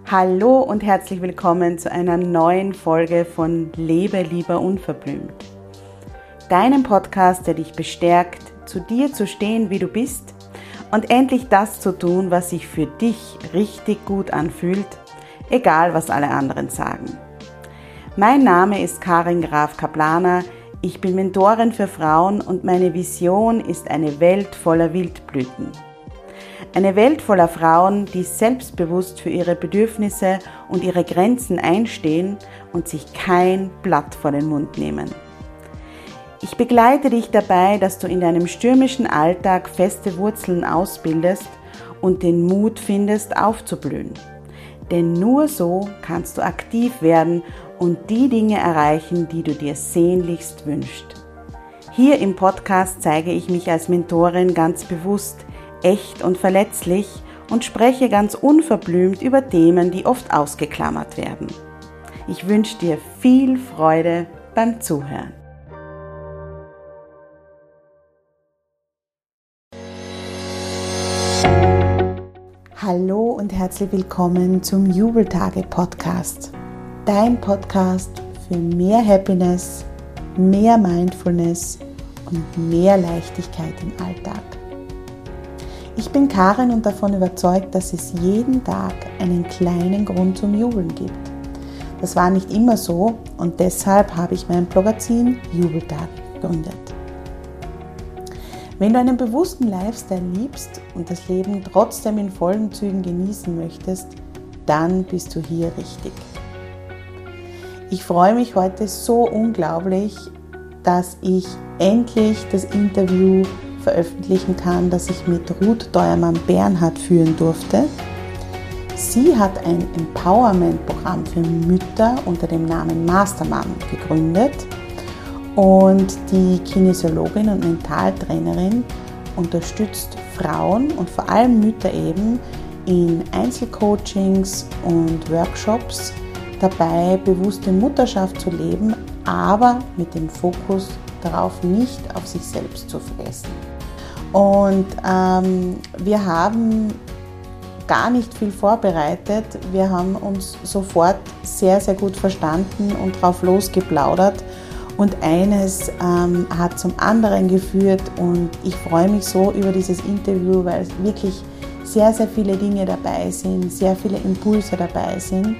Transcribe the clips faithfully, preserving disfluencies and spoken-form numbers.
Hallo und herzlich willkommen zu einer neuen Folge von Lebe lieber unverblümt. Deinem Podcast, der dich bestärkt, zu dir zu stehen, wie du bist und endlich das zu tun, was sich für dich richtig gut anfühlt, egal was alle anderen sagen. Mein Name ist Karin Graf-Kaplaner, ich bin Mentorin für Frauen und meine Vision ist eine Welt voller Wildblüten. Eine Welt voller Frauen, die selbstbewusst für ihre Bedürfnisse und ihre Grenzen einstehen und sich kein Blatt vor den Mund nehmen. Ich begleite dich dabei, dass du in deinem stürmischen Alltag feste Wurzeln ausbildest und den Mut findest, aufzublühen. Denn nur so kannst du aktiv werden und die Dinge erreichen, die du dir sehnlichst wünschst. Hier im Podcast zeige ich mich als Mentorin ganz bewusst, echt und verletzlich und spreche ganz unverblümt über Themen, die oft ausgeklammert werden. Ich wünsche dir viel Freude beim Zuhören. Hallo und herzlich willkommen zum Jubeltage-Podcast. Dein Podcast für mehr Happiness, mehr Mindfulness und mehr Leichtigkeit im Alltag. Ich bin Karin und davon überzeugt, dass es jeden Tag einen kleinen Grund zum Jubeln gibt. Das war nicht immer so und deshalb habe ich mein Blogazin Jubeltag gegründet. Wenn du einen bewussten Lifestyle liebst und das Leben trotzdem in vollen Zügen genießen möchtest, dann bist du hier richtig. Ich freue mich heute so unglaublich, dass ich endlich das Interview veröffentlichen kann, das ich mit Ruth Deuermann-Bernhardt führen durfte. Sie hat ein Empowerment-Programm für Mütter unter dem Namen Mastermom gegründet und die Kinesiologin und Mentaltrainerin unterstützt Frauen und vor allem Mütter eben in Einzelcoachings und Workshops dabei, bewusste Mutterschaft zu leben, aber mit dem Fokus darauf, nicht auf sich selbst zu vergessen. Und ähm, wir haben gar nicht viel vorbereitet. Wir haben uns sofort sehr, sehr gut verstanden und drauf losgeplaudert. Und eines ähm, hat zum anderen geführt und ich freue mich so über dieses Interview, weil wirklich sehr, sehr viele Dinge dabei sind, sehr viele Impulse dabei sind.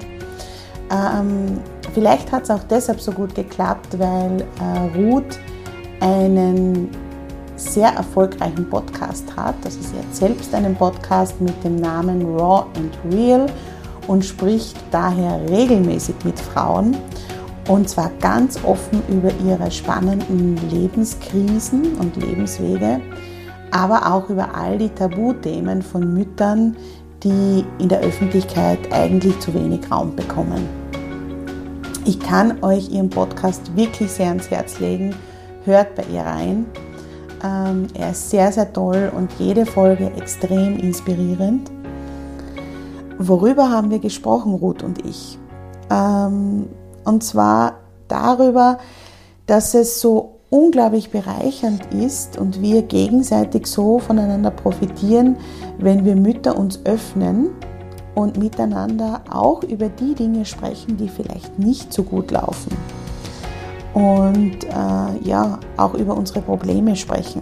Ähm, vielleicht hat es auch deshalb so gut geklappt, weil äh, Ruth einen sehr erfolgreichen Podcast hat. Also sie hat selbst einen Podcast mit dem Namen Raw and Real und spricht daher regelmäßig mit Frauen und zwar ganz offen über ihre spannenden Lebenskrisen und Lebenswege, aber auch über all die Tabuthemen von Müttern, die in der Öffentlichkeit eigentlich zu wenig Raum bekommen. Ich kann euch ihren Podcast wirklich sehr ans Herz legen. Hört bei ihr rein. Ähm, er ist sehr, sehr toll und jede Folge extrem inspirierend. Worüber haben wir gesprochen, Ruth und ich? Ähm, und zwar darüber, dass es so unglaublich bereichernd ist und wir gegenseitig so voneinander profitieren, wenn wir Mütter uns öffnen und miteinander auch über die Dinge sprechen, die vielleicht nicht so gut laufen. Und äh, ja, auch über unsere Probleme sprechen.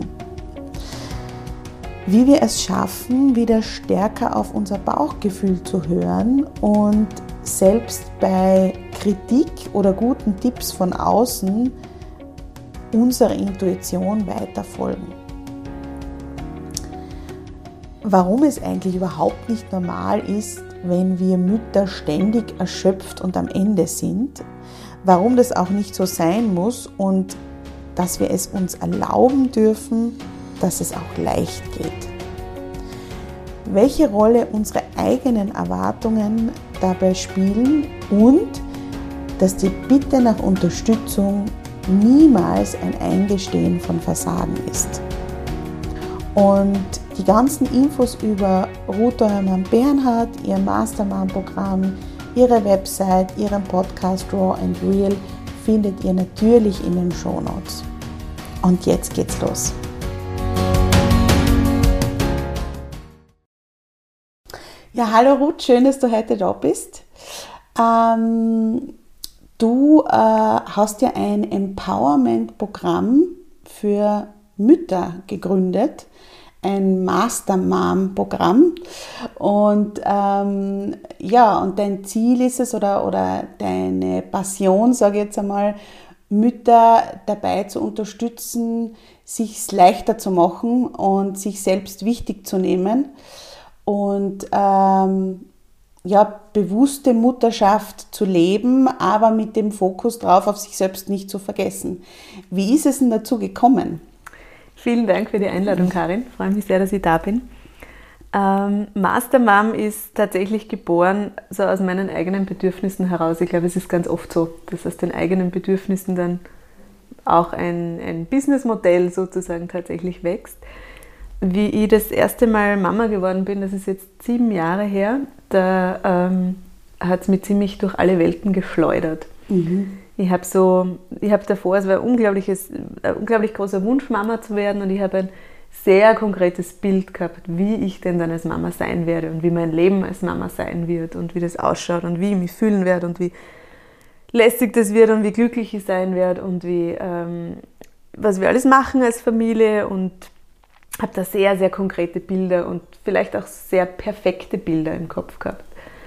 Wie wir es schaffen, wieder stärker auf unser Bauchgefühl zu hören und selbst bei Kritik oder guten Tipps von außen unserer Intuition weiter folgen. Warum es eigentlich überhaupt nicht normal ist, wenn wir Mütter ständig erschöpft und am Ende sind, warum das auch nicht so sein muss und dass wir es uns erlauben dürfen, dass es auch leicht geht. Welche Rolle unsere eigenen Erwartungen dabei spielen und dass die Bitte nach Unterstützung niemals ein Eingestehen von Versagen ist. Und die ganzen Infos über Ruth Deuermann-Bernhardt, ihr Mastermom-Programm, ihre Website, ihren Podcast Raw and Real findet ihr natürlich in den Shownotes. Und jetzt geht's los. Ja, hallo Ruth, schön, dass du heute da bist. Ähm, du äh, hast ja ein Empowerment-Programm für Mütter gegründet, ein Master Mom-Programm. Und ähm, ja, und dein Ziel ist es oder, oder deine Passion, sage ich jetzt einmal, Mütter dabei zu unterstützen, sich leichter zu machen und sich selbst wichtig zu nehmen. Und ähm, ja, bewusste Mutterschaft zu leben, aber mit dem Fokus drauf, auf sich selbst nicht zu vergessen. Wie ist es denn dazu gekommen? Vielen Dank für die Einladung, Karin. Ich freue mich sehr, dass ich da bin. Ähm, Master Mom ist tatsächlich geboren so aus meinen eigenen Bedürfnissen heraus. Ich glaube, es ist ganz oft so, dass aus den eigenen Bedürfnissen dann auch ein, ein Businessmodell sozusagen tatsächlich wächst. Wie ich das erste Mal Mama geworden bin, das ist jetzt sieben Jahre her, da ähm, hat es mich ziemlich durch alle Welten geschleudert. Mhm. Ich habe so, ich habe davor, es war ein, unglaubliches, ein unglaublich großer Wunsch, Mama zu werden, und ich habe ein sehr konkretes Bild gehabt, wie ich denn dann als Mama sein werde und wie mein Leben als Mama sein wird und wie das ausschaut und wie ich mich fühlen werde und wie lästig das wird und wie glücklich ich sein werde und wie, ähm, was wir alles machen als Familie, und habe da sehr, sehr konkrete Bilder und vielleicht auch sehr perfekte Bilder im Kopf gehabt.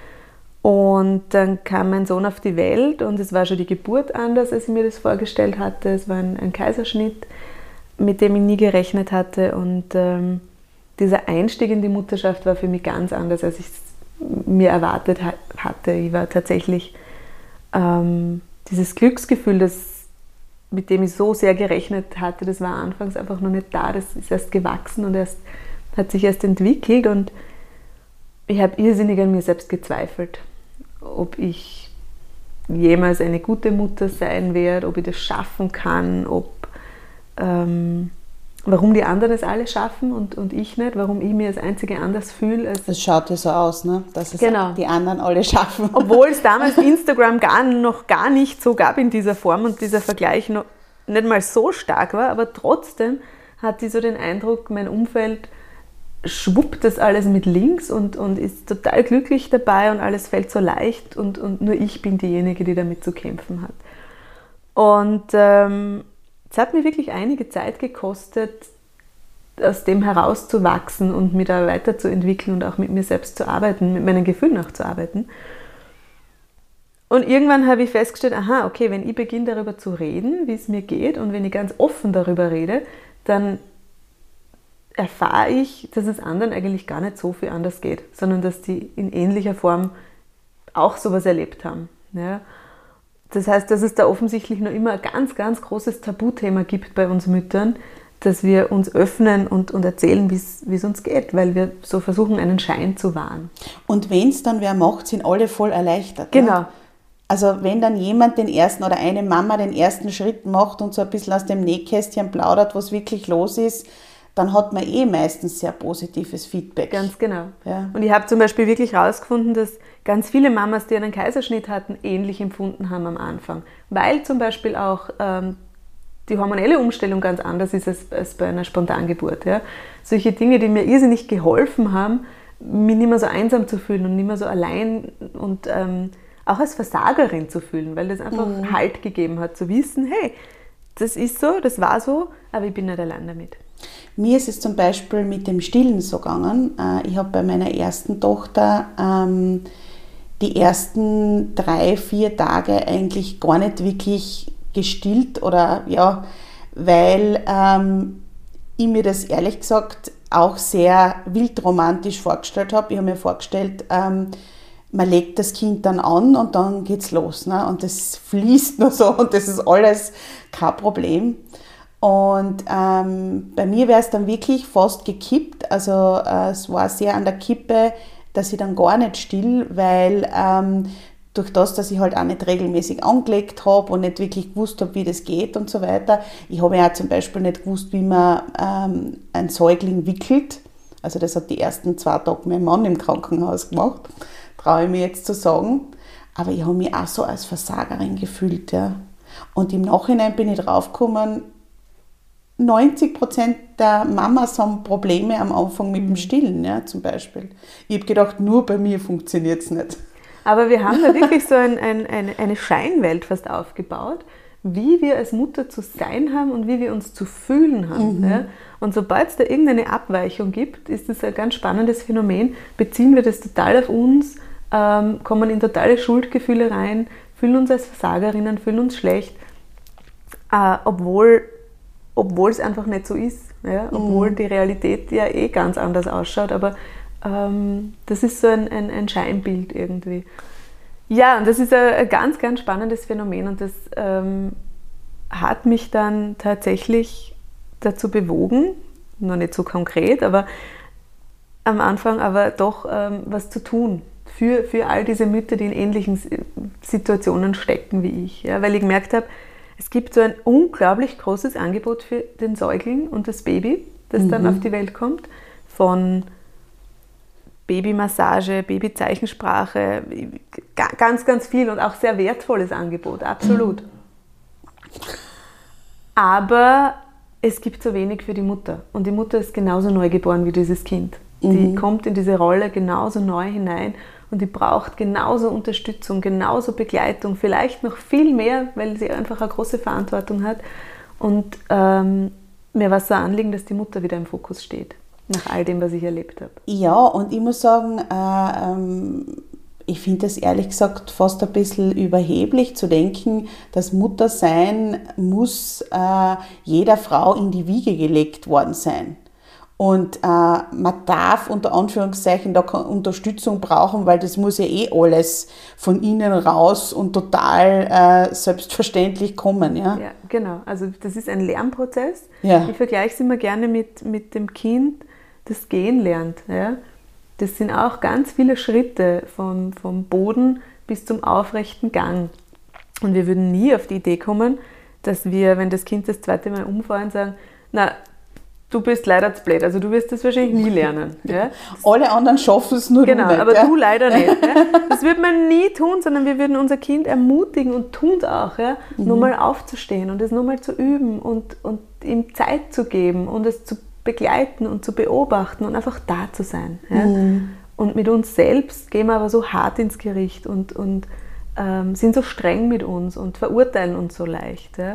Und dann kam mein Sohn auf die Welt und es war schon die Geburt anders, als ich mir das vorgestellt hatte. Es war ein, ein Kaiserschnitt, mit dem ich nie gerechnet hatte, und ähm, dieser Einstieg in die Mutterschaft war für mich ganz anders, als ich es mir erwartet ha- hatte. Ich war tatsächlich ähm, dieses Glücksgefühl, das mit dem ich so sehr gerechnet hatte, das war anfangs einfach noch nicht da. Das ist erst gewachsen und erst, hat sich erst entwickelt, und ich habe irrsinnig an mir selbst gezweifelt, ob ich jemals eine gute Mutter sein werde, ob ich das schaffen kann, ob, ähm, warum die anderen es alle schaffen und, und ich nicht, warum ich mir als Einzige anders fühle. Als das schaut ja so aus, ne? Dass es genau. Die anderen alle schaffen. Obwohl es damals Instagram gar, noch gar nicht so gab in dieser Form und dieser Vergleich noch nicht mal so stark war, aber trotzdem hatte ich so den Eindruck, mein Umfeld schwuppt das alles mit links und, und ist total glücklich dabei und alles fällt so leicht, und, und nur ich bin diejenige, die damit zu kämpfen hat. Und ähm, es hat mir wirklich einige Zeit gekostet, aus dem herauszuwachsen und mich da weiterzuentwickeln und auch mit mir selbst zu arbeiten, mit meinen Gefühlen auch zu arbeiten. Und irgendwann habe ich festgestellt, aha, okay, wenn ich beginne darüber zu reden, wie es mir geht, und wenn ich ganz offen darüber rede, dann erfahre ich, dass es anderen eigentlich gar nicht so viel anders geht, sondern dass die in ähnlicher Form auch sowas erlebt haben. Ja. Das heißt, dass es da offensichtlich noch immer ein ganz, ganz großes Tabuthema gibt bei uns Müttern, dass wir uns öffnen und, und erzählen, wie es uns geht, weil wir so versuchen, einen Schein zu wahren. Und wenn es dann wer macht, sind alle voll erleichtert. Genau. Ne? Also wenn dann jemand den ersten oder eine Mama den ersten Schritt macht und so ein bisschen aus dem Nähkästchen plaudert, was wirklich los ist, dann hat man eh meistens sehr positives Feedback. Ganz genau. Ja. Und ich habe zum Beispiel wirklich herausgefunden, dass ganz viele Mamas, die einen Kaiserschnitt hatten, ähnlich empfunden haben am Anfang. Weil zum Beispiel auch ähm, die hormonelle Umstellung ganz anders ist als, als bei einer Spontangeburt. Ja. Solche Dinge, die mir irrsinnig geholfen haben, mich nicht mehr so einsam zu fühlen und nicht mehr so allein und ähm, auch als Versagerin zu fühlen, weil das einfach mhm. Halt gegeben hat, zu wissen, hey, das ist so, das war so, aber ich bin nicht allein damit. Mir ist es zum Beispiel mit dem Stillen so gegangen. Ich habe bei meiner ersten Tochter ähm, die ersten drei, vier Tage eigentlich gar nicht wirklich gestillt, oder ja, weil ähm, ich mir das ehrlich gesagt auch sehr wildromantisch vorgestellt habe. Ich habe mir vorgestellt, ähm, man legt das Kind dann an und dann geht's los, ne? Und das fließt nur so und das ist alles kein Problem. Und ähm, bei mir wäre es dann wirklich fast gekippt, also äh, es war sehr an der Kippe, dass ich dann gar nicht still, weil ähm, durch das, dass ich halt auch nicht regelmäßig angelegt habe und nicht wirklich gewusst habe, wie das geht und so weiter. Ich habe ja auch zum Beispiel nicht gewusst, wie man ähm, einen Säugling wickelt. Also das hat die ersten zwei Tage mein Mann im Krankenhaus gemacht, traue ich mir jetzt zu sagen. Aber ich habe mich auch so als Versagerin gefühlt. Ja. Und im Nachhinein bin ich draufgekommen, neunzig Prozent der Mamas haben Probleme am Anfang mit dem Stillen, ja, zum Beispiel. Ich habe gedacht, nur bei mir funktioniert es nicht. Aber wir haben da wirklich so ein, ein, eine, eine Scheinwelt fast aufgebaut, wie wir als Mutter zu sein haben und wie wir uns zu fühlen haben. Mhm. Ja? Und sobald es da irgendeine Abweichung gibt, ist das ein ganz spannendes Phänomen, beziehen wir das total auf uns, ähm, kommen in totale Schuldgefühle rein, fühlen uns als Versagerinnen, fühlen uns schlecht, äh, obwohl, obwohl es einfach nicht so ist, ja? Obwohl mhm. die Realität ja eh ganz anders ausschaut, aber ähm, das ist so ein, ein, ein Scheinbild irgendwie. Ja, und das ist ein, ein ganz, ganz spannendes Phänomen und das ähm, hat mich dann tatsächlich dazu bewogen, noch nicht so konkret, aber am Anfang aber doch ähm, was zu tun für, für all diese Mütter, die in ähnlichen Situationen stecken wie ich. Ja? Weil ich gemerkt habe, es gibt so ein unglaublich großes Angebot für den Säugling und das Baby, das mhm. dann auf die Welt kommt, von Babymassage, Babyzeichensprache, ganz, ganz viel und auch sehr wertvolles Angebot, absolut. Aber es gibt so wenig für die Mutter und die Mutter ist genauso neu geboren wie dieses Kind. Die mhm. kommt in diese Rolle genauso neu hinein und die braucht genauso Unterstützung, genauso Begleitung, vielleicht noch viel mehr, weil sie einfach eine große Verantwortung hat. Und ähm, mir war es so ein Anliegen, dass die Mutter wieder im Fokus steht. Nach all dem, was ich erlebt habe. Ja, und ich muss sagen, äh, ähm, ich finde es ehrlich gesagt fast ein bisschen überheblich zu denken, dass Muttersein muss äh, jeder Frau in die Wiege gelegt worden sein. Und äh, man darf unter Anführungszeichen da keine Unterstützung brauchen, weil das muss ja eh alles von innen raus und total äh, selbstverständlich kommen. Ja? Ja, genau. Also das ist ein Lernprozess. Ja. Ich vergleiche es immer gerne mit, mit dem Kind, das Gehen lernt. Ja? Das sind auch ganz viele Schritte vom, vom Boden bis zum aufrechten Gang. Und wir würden nie auf die Idee kommen, dass wir, wenn das Kind das zweite Mal umfallen, sagen, na, du bist leider zu blöd, also du wirst das wahrscheinlich nie lernen. Ja? Alle anderen schaffen es nur genau, du nicht. Aber ja? du leider nicht. Ja? Das würde man nie tun, sondern wir würden unser Kind ermutigen und tun es auch, ja? mhm. nur mal aufzustehen und es nur mal zu üben und, und ihm Zeit zu geben und es zu begleiten und zu beobachten und einfach da zu sein. Ja? Mhm. Und mit uns selbst gehen wir aber so hart ins Gericht und, und ähm, sind so streng mit uns und verurteilen uns so leicht. Ja?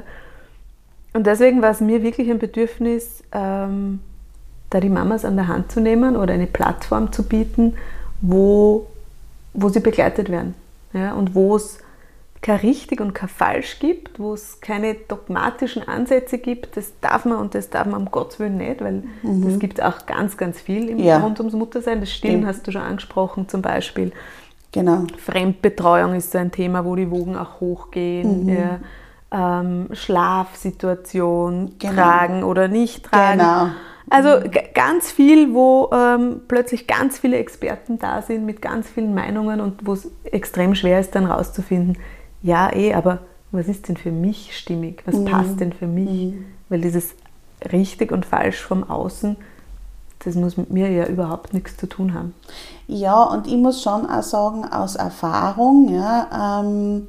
Und deswegen war es mir wirklich ein Bedürfnis, ähm, da die Mamas an der Hand zu nehmen oder eine Plattform zu bieten, wo, wo sie begleitet werden. Ja? Und wo es kein richtig und kein falsch gibt, wo es keine dogmatischen Ansätze gibt, das darf man und das darf man um Gottes Willen nicht, weil mhm. das gibt auch ganz, ganz viel im ja. rund ums Muttersein. Das Stillen ja. hast du schon angesprochen zum Beispiel. Genau. Fremdbetreuung ist so ein Thema, wo die Wogen auch hochgehen. Mhm. Ja. Ähm, Schlafsituation, genau. tragen oder nicht tragen. Genau. Also g- ganz viel, wo ähm, plötzlich ganz viele Experten da sind mit ganz vielen Meinungen und wo es extrem schwer ist, dann rauszufinden, ja eh, aber was ist denn für mich stimmig? Was mhm. passt denn für mich? Mhm. Weil dieses richtig und falsch vom Außen, das muss mit mir ja überhaupt nichts zu tun haben. Ja, und ich muss schon auch sagen, aus Erfahrung, ja, ähm,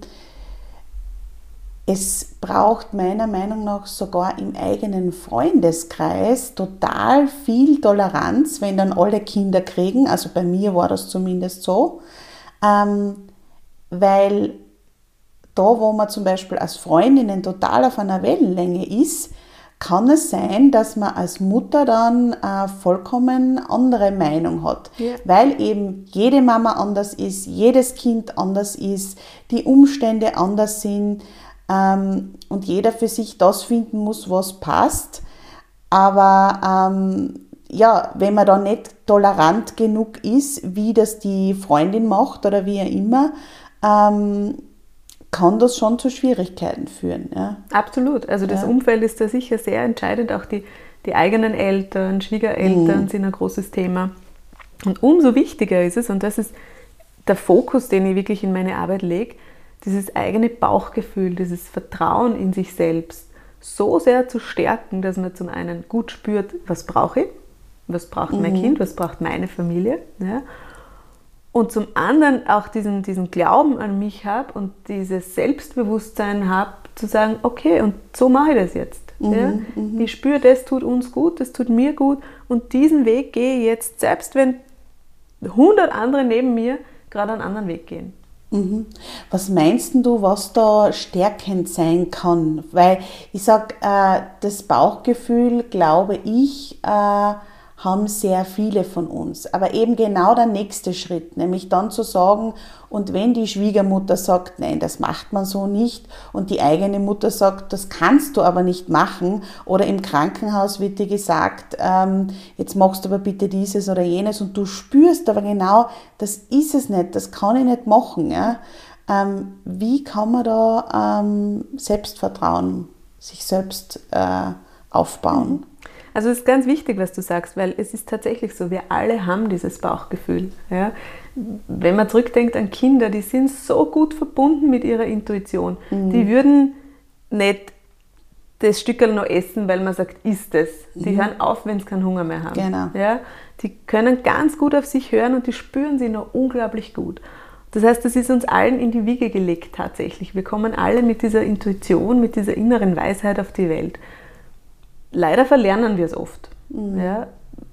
es braucht meiner Meinung nach sogar im eigenen Freundeskreis total viel Toleranz, wenn dann alle Kinder kriegen. Also bei mir war das zumindest so. Ähm, weil da, wo man zum Beispiel als Freundinnen total auf einer Wellenlänge ist, kann es sein, dass man als Mutter dann eine vollkommen andere Meinung hat. Ja. Weil eben jede Mama anders ist, jedes Kind anders ist, die Umstände anders sind, Ähm, und jeder für sich das finden muss, was passt. Aber ähm, ja, wenn man da nicht tolerant genug ist, wie das die Freundin macht oder wie auch immer, ähm, kann das schon zu Schwierigkeiten führen. Ja. Absolut. Also das ja. Umfeld ist da sicher sehr entscheidend. Auch die, die eigenen Eltern, Schwiegereltern mhm. sind ein großes Thema. Und umso wichtiger ist es, und das ist der Fokus, den ich wirklich in meine Arbeit lege, dieses eigene Bauchgefühl, dieses Vertrauen in sich selbst so sehr zu stärken, dass man zum einen gut spürt, was brauche ich, was braucht mhm. mein Kind, was braucht meine Familie. Ja? Und zum anderen auch diesen, diesen Glauben an mich habe und dieses Selbstbewusstsein habe, zu sagen, okay, und so mache ich das jetzt. Mhm, ja? mhm. Ich spüre, das tut uns gut, das tut mir gut und diesen Weg gehe ich jetzt, selbst wenn hundert andere neben mir gerade einen anderen Weg gehen. Mhm. Was meinst du, was da stärkend sein kann? Weil ich sage, äh, das Bauchgefühl, glaube ich, äh, haben sehr viele von uns. Aber eben genau der nächste Schritt, nämlich dann zu sagen, und wenn die Schwiegermutter sagt, nein, das macht man so nicht, und die eigene Mutter sagt, das kannst du aber nicht machen, oder im Krankenhaus wird dir gesagt, ähm, jetzt machst du aber bitte dieses oder jenes, und du spürst aber genau, das ist es nicht, das kann ich nicht machen. Ja? Ähm, wie kann man da ähm, Selbstvertrauen, sich selbst äh, aufbauen? Mhm. Also es ist ganz wichtig, was du sagst, weil es ist tatsächlich so, wir alle haben dieses Bauchgefühl. Ja? Wenn man zurückdenkt an Kinder, die sind so gut verbunden mit ihrer Intuition. Mhm. Die würden nicht das Stückerl noch essen, weil man sagt, isst es. Die mhm. hören auf, wenn sie keinen Hunger mehr haben. Genau. Ja? Die können ganz gut auf sich hören und die spüren sie noch unglaublich gut. Das heißt, das ist uns allen in die Wiege gelegt tatsächlich. Wir kommen alle mit dieser Intuition, mit dieser inneren Weisheit auf die Welt. Leider verlernen wir es oft. Mhm. Ja?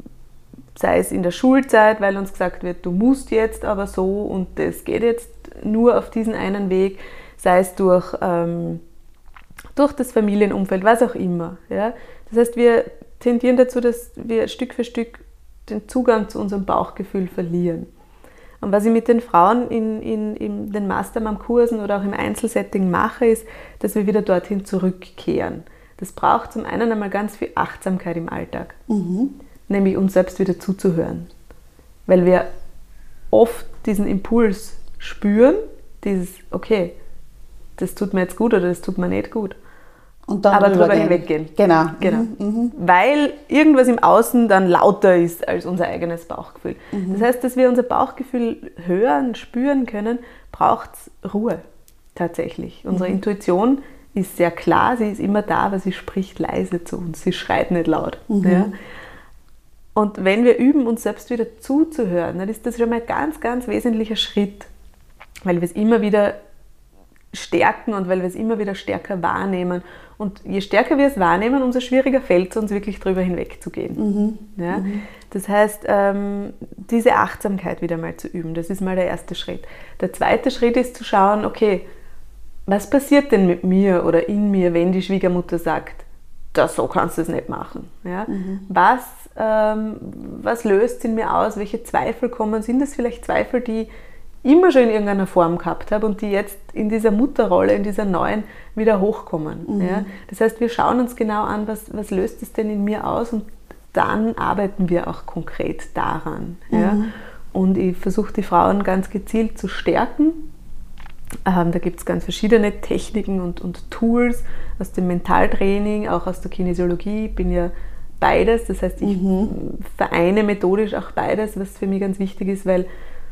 Sei es in der Schulzeit, weil uns gesagt wird, du musst jetzt aber so und das geht jetzt nur auf diesen einen Weg. Sei es durch, ähm, durch das Familienumfeld, was auch immer. Ja? Das heißt, wir tendieren dazu, dass wir Stück für Stück den Zugang zu unserem Bauchgefühl verlieren. Und was ich mit den Frauen in, in, in den Mastermom-Kursen oder auch im Einzelsetting mache, ist, dass wir wieder dorthin zurückkehren. Das braucht zum einen einmal ganz viel Achtsamkeit im Alltag, mhm. nämlich uns selbst wieder zuzuhören. Weil wir oft diesen Impuls spüren, dieses, okay, das tut mir jetzt gut oder das tut mir nicht gut. Und dann aber drüber hinweggehen. Genau. genau. Mhm, mhm. Weil irgendwas im Außen dann lauter ist als unser eigenes Bauchgefühl. Mhm. Das heißt, dass wir unser Bauchgefühl hören, spüren können, braucht es Ruhe tatsächlich. Unsere mhm. Intuition ist sehr klar, sie ist immer da, aber sie spricht leise zu uns, sie schreit nicht laut. Mhm. Ja? Und wenn wir üben, uns selbst wieder zuzuhören, dann ist das schon mal ein ganz, ganz wesentlicher Schritt, weil wir es immer wieder stärken und weil wir es immer wieder stärker wahrnehmen. Und je stärker wir es wahrnehmen, umso schwieriger fällt es uns wirklich drüber hinwegzugehen. Mhm. Ja? Mhm. Das heißt, ähm, diese Achtsamkeit wieder mal zu üben, das ist mal der erste Schritt. Der zweite Schritt ist zu schauen, okay, was passiert denn mit mir oder in mir, wenn die Schwiegermutter sagt, das, so kannst du es nicht machen? Ja? Mhm. Was, ähm, was löst in mir aus? Welche Zweifel kommen? Sind das vielleicht Zweifel, die ich immer schon in irgendeiner Form gehabt habe und die jetzt in dieser Mutterrolle, in dieser neuen, wieder hochkommen? Mhm. Ja? Das heißt, wir schauen uns genau an, was, was löst es denn in mir aus, und dann arbeiten wir auch konkret daran. Mhm. Ja? Und ich versuche die Frauen ganz gezielt zu stärken. Ähm, da gibt es ganz verschiedene Techniken und, und Tools aus dem Mentaltraining, auch aus der Kinesiologie. Ich bin ja beides, das heißt, ich mhm. vereine methodisch auch beides, was für mich ganz wichtig ist, weil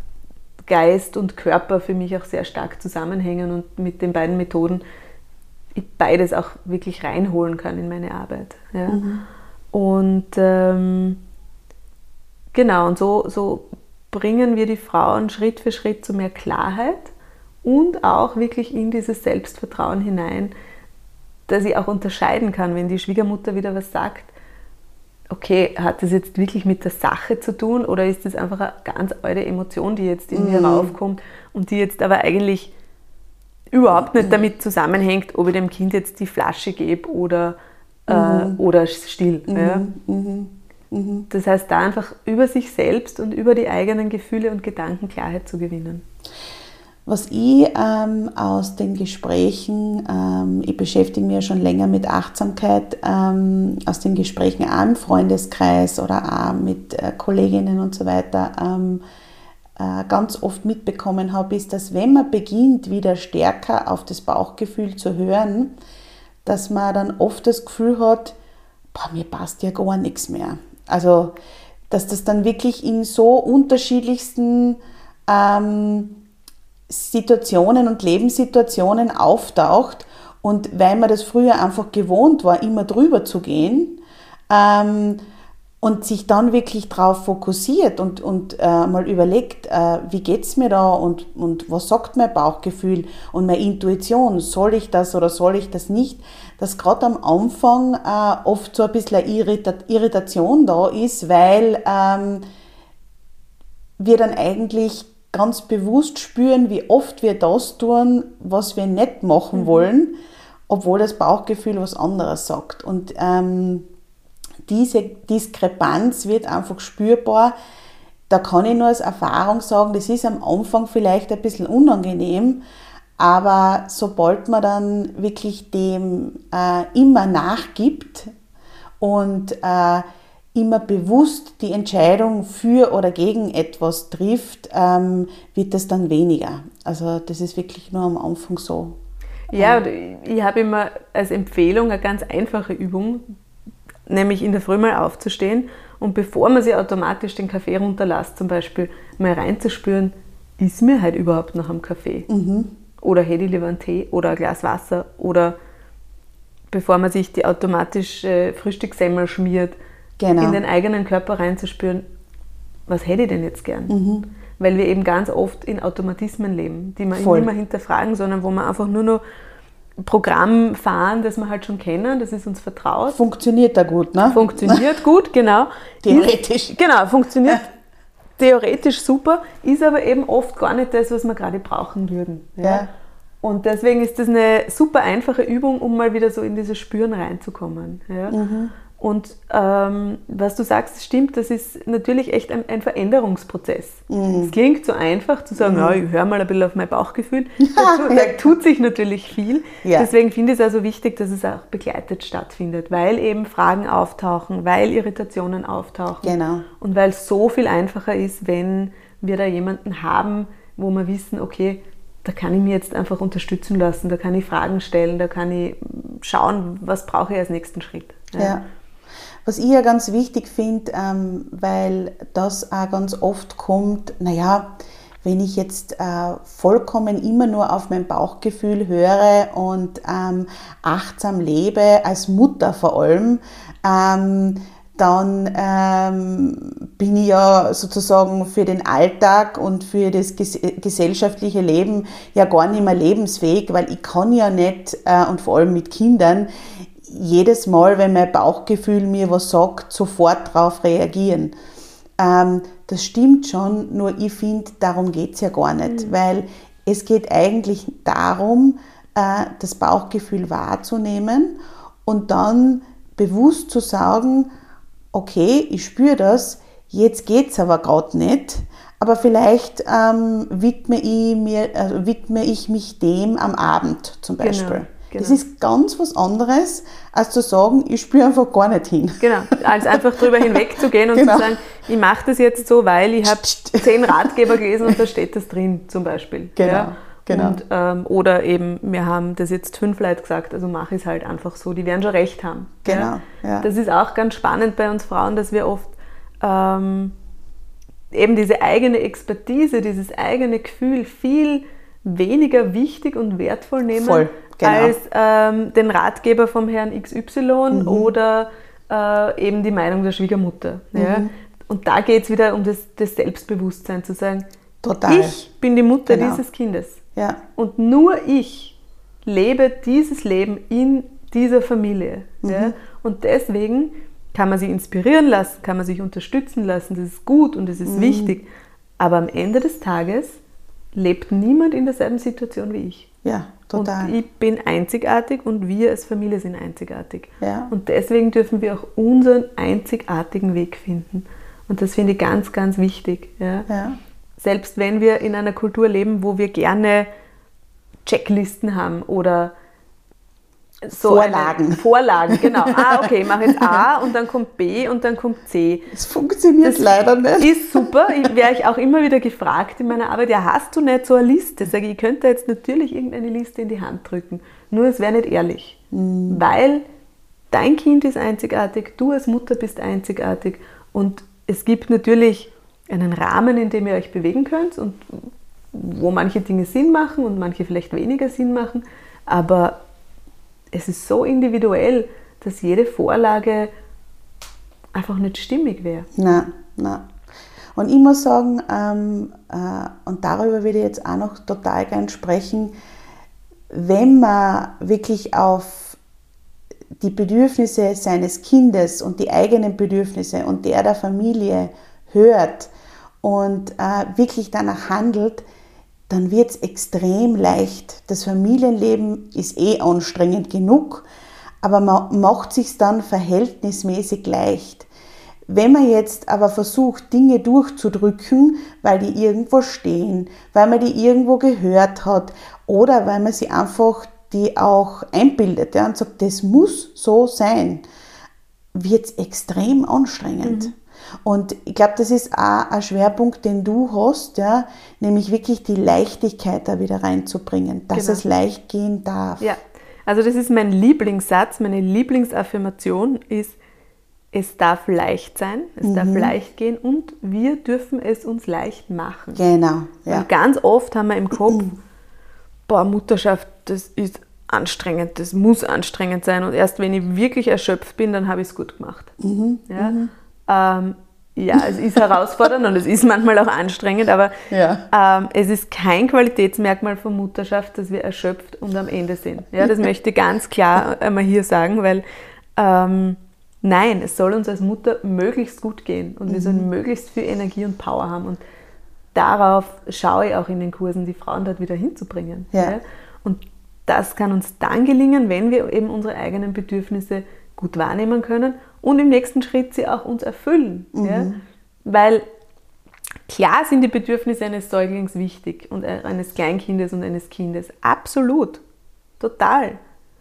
Geist und Körper für mich auch sehr stark zusammenhängen und mit den beiden Methoden ich beides auch wirklich reinholen kann in meine Arbeit. Ja. Mhm. Und ähm, genau, und so, so bringen wir die Frauen Schritt für Schritt zu mehr Klarheit und auch wirklich in dieses Selbstvertrauen hinein, dass ich auch unterscheiden kann, wenn die Schwiegermutter wieder was sagt, okay, hat das jetzt wirklich mit der Sache zu tun oder ist das einfach eine ganz alte Emotion, die jetzt in mm. mir raufkommt und die jetzt aber eigentlich überhaupt nicht damit zusammenhängt, ob ich dem Kind jetzt die Flasche gebe oder, mm. äh, oder still. Mm. Ja. Mm. Mm. Das heißt, da einfach über sich selbst und über die eigenen Gefühle und Gedanken Klarheit zu gewinnen. Was ich ähm, aus den Gesprächen, ähm, ich beschäftige mich ja schon länger mit Achtsamkeit, ähm, aus den Gesprächen auch im Freundeskreis oder auch mit äh, Kolleginnen und so weiter, ähm, äh, ganz oft mitbekommen habe, ist, dass wenn man beginnt, wieder stärker auf das Bauchgefühl zu hören, dass man dann oft das Gefühl hat, boah, mir passt ja gar nichts mehr. Also, dass das dann wirklich in so unterschiedlichsten ähm, Situationen und Lebenssituationen auftaucht, und weil man das früher einfach gewohnt war, immer drüber zu gehen, ähm, und sich dann wirklich darauf fokussiert und, und äh, mal überlegt, äh, wie geht es mir da und, und was sagt mein Bauchgefühl und meine Intuition, soll ich das oder soll ich das nicht, dass gerade am Anfang äh, oft so ein bisschen eine Irrit- Irritation da ist, weil ähm, wir dann eigentlich ganz bewusst spüren, wie oft wir das tun, was wir nicht machen wollen, obwohl das Bauchgefühl was anderes sagt. Und ähm, diese Diskrepanz wird einfach spürbar. Da kann ich nur als Erfahrung sagen, das ist am Anfang vielleicht ein bisschen unangenehm, aber sobald man dann wirklich dem äh, immer nachgibt und äh, immer bewusst die Entscheidung für oder gegen etwas trifft, ähm, wird das dann weniger. Also das ist wirklich nur am Anfang so. Ja, und ich habe immer als Empfehlung eine ganz einfache Übung, nämlich in der Früh mal aufzustehen und bevor man sich automatisch den Kaffee runterlässt, zum Beispiel mal reinzuspüren, ist mir halt überhaupt noch am Kaffee? Mhm. Oder hätte ich lieber einen Tee oder ein Glas Wasser? Oder bevor man sich die automatische Frühstückssemmel schmiert, genau, in den eigenen Körper reinzuspüren, was hätte ich denn jetzt gern? Mhm. Weil wir eben ganz oft in Automatismen leben, die wir nicht mehr hinterfragen, sondern wo wir einfach nur noch Programm fahren, das wir halt schon kennen, das ist uns vertraut. Funktioniert da gut, ne? Funktioniert gut, genau. Theoretisch. Ist, genau, funktioniert theoretisch super, ist aber eben oft gar nicht das, was wir gerade brauchen würden. Ja? Ja. Und deswegen ist das eine super einfache Übung, um mal wieder so in dieses Spüren reinzukommen. Ja? Mhm. Und ähm, was du sagst, stimmt, das ist natürlich echt ein, ein Veränderungsprozess. Mhm. Es klingt so einfach zu sagen, mhm. ja, ich höre mal ein bisschen auf mein Bauchgefühl. Dazu, da tut sich natürlich viel. Ja. Deswegen finde ich es also wichtig, dass es auch begleitet stattfindet, weil eben Fragen auftauchen, weil Irritationen auftauchen. Genau. Und weil es so viel einfacher ist, wenn wir da jemanden haben, wo wir wissen, okay, da kann ich mich jetzt einfach unterstützen lassen, da kann ich Fragen stellen, da kann ich schauen, was brauche ich als nächsten Schritt. Ja. Ja. Was ich ja ganz wichtig finde, ähm, weil das auch ganz oft kommt, naja, wenn ich jetzt äh, vollkommen immer nur auf mein Bauchgefühl höre und ähm, achtsam lebe, als Mutter vor allem, ähm, dann ähm, bin ich ja sozusagen für den Alltag und für das ges- gesellschaftliche Leben ja gar nicht mehr lebensfähig, weil ich kann ja nicht, äh, und vor allem mit Kindern, jedes Mal, wenn mein Bauchgefühl mir was sagt, sofort darauf reagieren. Ähm, das stimmt schon, nur ich finde, darum geht es ja gar nicht, mhm. weil es geht eigentlich darum, äh, das Bauchgefühl wahrzunehmen und dann bewusst zu sagen, okay, ich spüre das, jetzt geht es aber gerade nicht, aber vielleicht ähm, widme, ich mir, äh, widme ich mich dem am Abend zum Beispiel. Genau. Genau. Das ist ganz was anderes, als zu sagen, ich spüre einfach gar nicht hin. Genau, als einfach drüber hinwegzugehen und genau. zu sagen, ich mache das jetzt so, weil ich habe zehn Ratgeber gelesen und da steht das drin zum Beispiel. Genau, ja? genau. Und, ähm, oder eben, wir haben das jetzt fünf Leute gesagt, also mache ich es halt einfach so, die werden schon recht haben. Genau, ja? Ja. Das ist auch ganz spannend bei uns Frauen, dass wir oft ähm, eben diese eigene Expertise, dieses eigene Gefühl viel weniger wichtig und wertvoll nehmen, Voll. Genau. als ähm, den Ratgeber vom Herrn X Y mhm. oder äh, eben die Meinung der Schwiegermutter. Mhm. Ja? Und da geht es wieder um das, das Selbstbewusstsein, zu sagen, Total. Ich bin die Mutter genau. dieses Kindes. Ja. Und nur ich lebe dieses Leben in dieser Familie. Mhm. Ja? Und deswegen kann man sich inspirieren lassen, kann man sich unterstützen lassen, das ist gut und das ist mhm. wichtig. Aber am Ende des Tages lebt niemand in derselben Situation wie ich. Ja, total. Und ich bin einzigartig und wir als Familie sind einzigartig. Ja. Und deswegen dürfen wir auch unseren einzigartigen Weg finden. Und das finde ich ganz, ganz wichtig. Ja? Ja. Selbst wenn wir in einer Kultur leben, wo wir gerne Checklisten haben oder so Vorlagen. Vorlagen, genau. Ah, okay, ich mache jetzt A und dann kommt B und dann kommt C. Das funktioniert das leider nicht. Ist super. Ich werde ich auch immer wieder gefragt in meiner Arbeit, ja, hast du nicht so eine Liste? Sage ich, ich könnte jetzt natürlich irgendeine Liste in die Hand drücken, nur es wäre nicht ehrlich. Mhm. Weil dein Kind ist einzigartig, du als Mutter bist einzigartig und es gibt natürlich einen Rahmen, in dem ihr euch bewegen könnt und wo manche Dinge Sinn machen und manche vielleicht weniger Sinn machen, aber es ist so individuell, dass jede Vorlage einfach nicht stimmig wäre. Nein, nein. Und ich muss sagen, ähm, äh, und darüber würde ich jetzt auch noch total gern sprechen, wenn man wirklich auf die Bedürfnisse seines Kindes und die eigenen Bedürfnisse und der der Familie hört und äh, wirklich danach handelt, dann wird es extrem leicht. Das Familienleben ist eh anstrengend genug, aber man macht sich dann verhältnismäßig leicht. Wenn man jetzt aber versucht, Dinge durchzudrücken, weil die irgendwo stehen, weil man die irgendwo gehört hat oder weil man sie einfach die auch einbildet, ja, und sagt, das muss so sein, wird es extrem anstrengend. Mhm. Und ich glaube, das ist auch ein Schwerpunkt, den du hast, ja, nämlich wirklich die Leichtigkeit da wieder reinzubringen, dass genau. es leicht gehen darf. Ja, also das ist mein Lieblingssatz, meine Lieblingsaffirmation ist, es darf leicht sein, es mhm. darf leicht gehen und wir dürfen es uns leicht machen. Genau. Ja. Und ganz oft haben wir im Kopf, boah, Mutterschaft, das ist anstrengend, das muss anstrengend sein und erst wenn ich wirklich erschöpft bin, dann habe ich es gut gemacht. Mhm. Ja? Mhm. Ähm, ja, es ist herausfordernd und es ist manchmal auch anstrengend, aber ja. ähm, es ist kein Qualitätsmerkmal von Mutterschaft, dass wir erschöpft und am Ende sind. Ja, das möchte ich ganz klar einmal hier sagen, weil ähm, nein, es soll uns als Mutter möglichst gut gehen und mhm. wir sollen möglichst viel Energie und Power haben und darauf schaue ich auch in den Kursen, die Frauen dort wieder hinzubringen. Ja. Ja? Und das kann uns dann gelingen, wenn wir eben unsere eigenen Bedürfnisse gut wahrnehmen können und im nächsten Schritt sie auch uns erfüllen. Mhm. Ja? Weil klar sind die Bedürfnisse eines Säuglings wichtig und eines Kleinkindes und eines Kindes. Absolut. Total.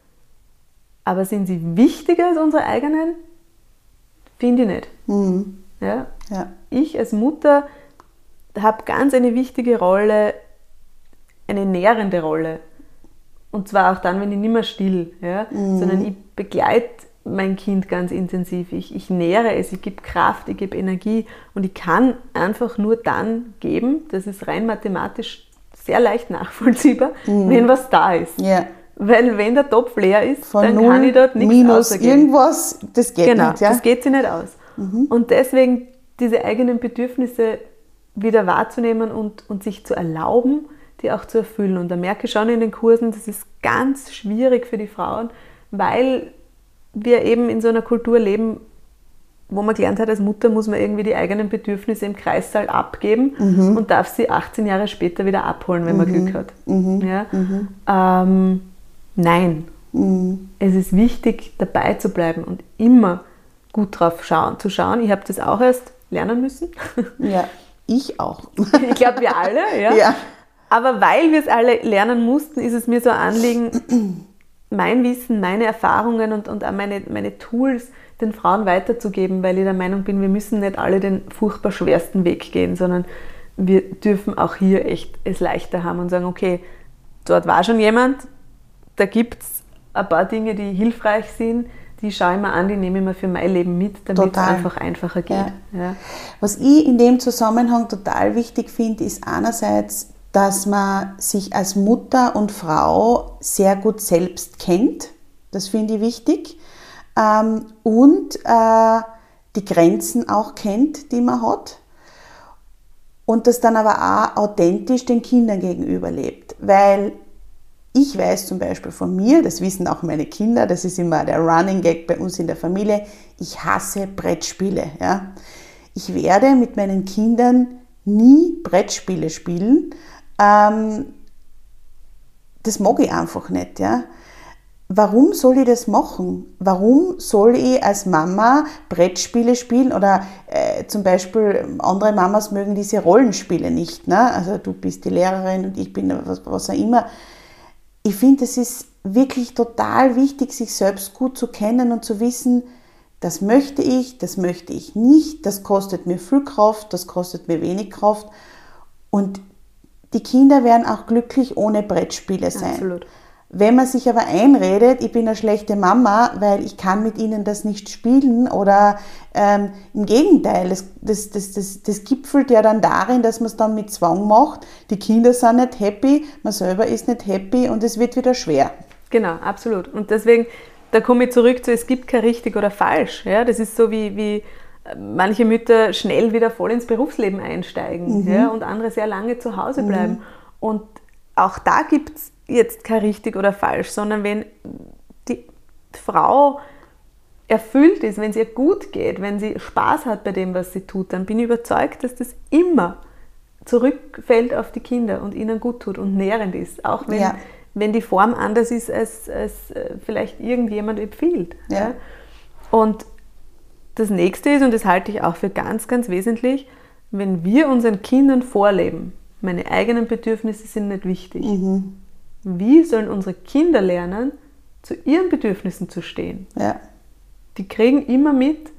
Aber sind sie wichtiger als unsere eigenen? Finde ich nicht. Mhm. Ja? Ja. Ich als Mutter habe ganz eine wichtige Rolle, eine nährende Rolle. Und zwar auch dann, wenn ich nicht mehr still, ja? Mhm. sondern ich begleite mein Kind ganz intensiv. Ich, ich nähre es, ich gebe Kraft, ich gebe Energie und ich kann einfach nur dann geben, das ist rein mathematisch sehr leicht nachvollziehbar, mhm. wenn was da ist. Ja. Weil wenn der Topf leer ist, von dann kann ich dort nichts minus irgendwas, das geht genau, nicht. Ja? Das geht sich nicht aus. Mhm. Und deswegen diese eigenen Bedürfnisse wieder wahrzunehmen und, und sich zu erlauben, die auch zu erfüllen. Und da merke ich schon in den Kursen, das ist ganz schwierig für die Frauen, weil wir eben in so einer Kultur leben, wo man gelernt hat, als Mutter muss man irgendwie die eigenen Bedürfnisse im Kreissaal abgeben mhm. und darf sie achtzehn Jahre später wieder abholen, wenn mhm. man Glück hat. Mhm. Ja? Mhm. Ähm, nein. Mhm. Es ist wichtig, dabei zu bleiben und immer gut drauf schauen, zu schauen. Ich habe das auch erst lernen müssen. Ja, ich auch. Ich glaube, wir alle. Ja. Ja. Aber weil wir es alle lernen mussten, ist es mir so ein Anliegen, mein Wissen, meine Erfahrungen und, und auch meine, meine Tools den Frauen weiterzugeben, weil ich der Meinung bin, wir müssen nicht alle den furchtbar schwersten Weg gehen, sondern wir dürfen auch hier echt es leichter haben und sagen, okay, dort war schon jemand, da gibt es ein paar Dinge, die hilfreich sind, die schaue ich mir an, die nehme ich mir für mein Leben mit, damit es einfach einfacher geht. Ja. Ja. Was ich in dem Zusammenhang total wichtig finde, ist einerseits, dass man sich als Mutter und Frau sehr gut selbst kennt. Das finde ich wichtig. Ähm, und äh, die Grenzen auch kennt, die man hat. Und das dann aber auch authentisch den Kindern gegenüber lebt. Weil ich weiß zum Beispiel von mir, das wissen auch meine Kinder, das ist immer der Running Gag bei uns in der Familie, ich hasse Brettspiele. Ja. Ich werde mit meinen Kindern nie Brettspiele spielen. Ähm, das mag ich einfach nicht. Ja. Warum soll ich das machen? Warum soll ich als Mama Brettspiele spielen? Oder äh, zum Beispiel andere Mamas mögen diese Rollenspiele nicht. Ne? Also du bist die Lehrerin und ich bin was, was auch immer. Ich finde, es ist wirklich total wichtig, sich selbst gut zu kennen und zu wissen, das möchte ich, das möchte ich nicht, das kostet mir viel Kraft, das kostet mir wenig Kraft. Und die Kinder werden auch glücklich ohne Brettspiele sein. Absolut. Wenn man sich aber einredet, ich bin eine schlechte Mama, weil ich kann mit ihnen das nicht spielen oder ähm, im Gegenteil, das, das, das, das, das gipfelt ja dann darin, dass man es dann mit Zwang macht, die Kinder sind nicht happy, man selber ist nicht happy und es wird wieder schwer. Genau, absolut. Und deswegen da komme ich zurück zu, es gibt kein richtig oder falsch. Ja? Das ist so wie, wie manche Mütter schnell wieder voll ins Berufsleben einsteigen, mhm. ja? Und andere sehr lange zu Hause bleiben. Mhm. Und auch da gibt es jetzt kein richtig oder falsch, sondern wenn die Frau erfüllt ist, wenn es ihr gut geht, wenn sie Spaß hat bei dem, was sie tut, dann bin ich überzeugt, dass das immer zurückfällt auf die Kinder und ihnen gut tut und nährend ist, auch wenn, ja. wenn die Form anders ist, als, als vielleicht irgendjemand empfiehlt. Ja. Ja. Und das Nächste ist, und das halte ich auch für ganz, ganz wesentlich, wenn wir unseren Kindern vorleben, meine eigenen Bedürfnisse sind nicht wichtig. Mhm. Wie sollen unsere Kinder lernen, zu ihren Bedürfnissen zu stehen? Ja. Die kriegen immer mit,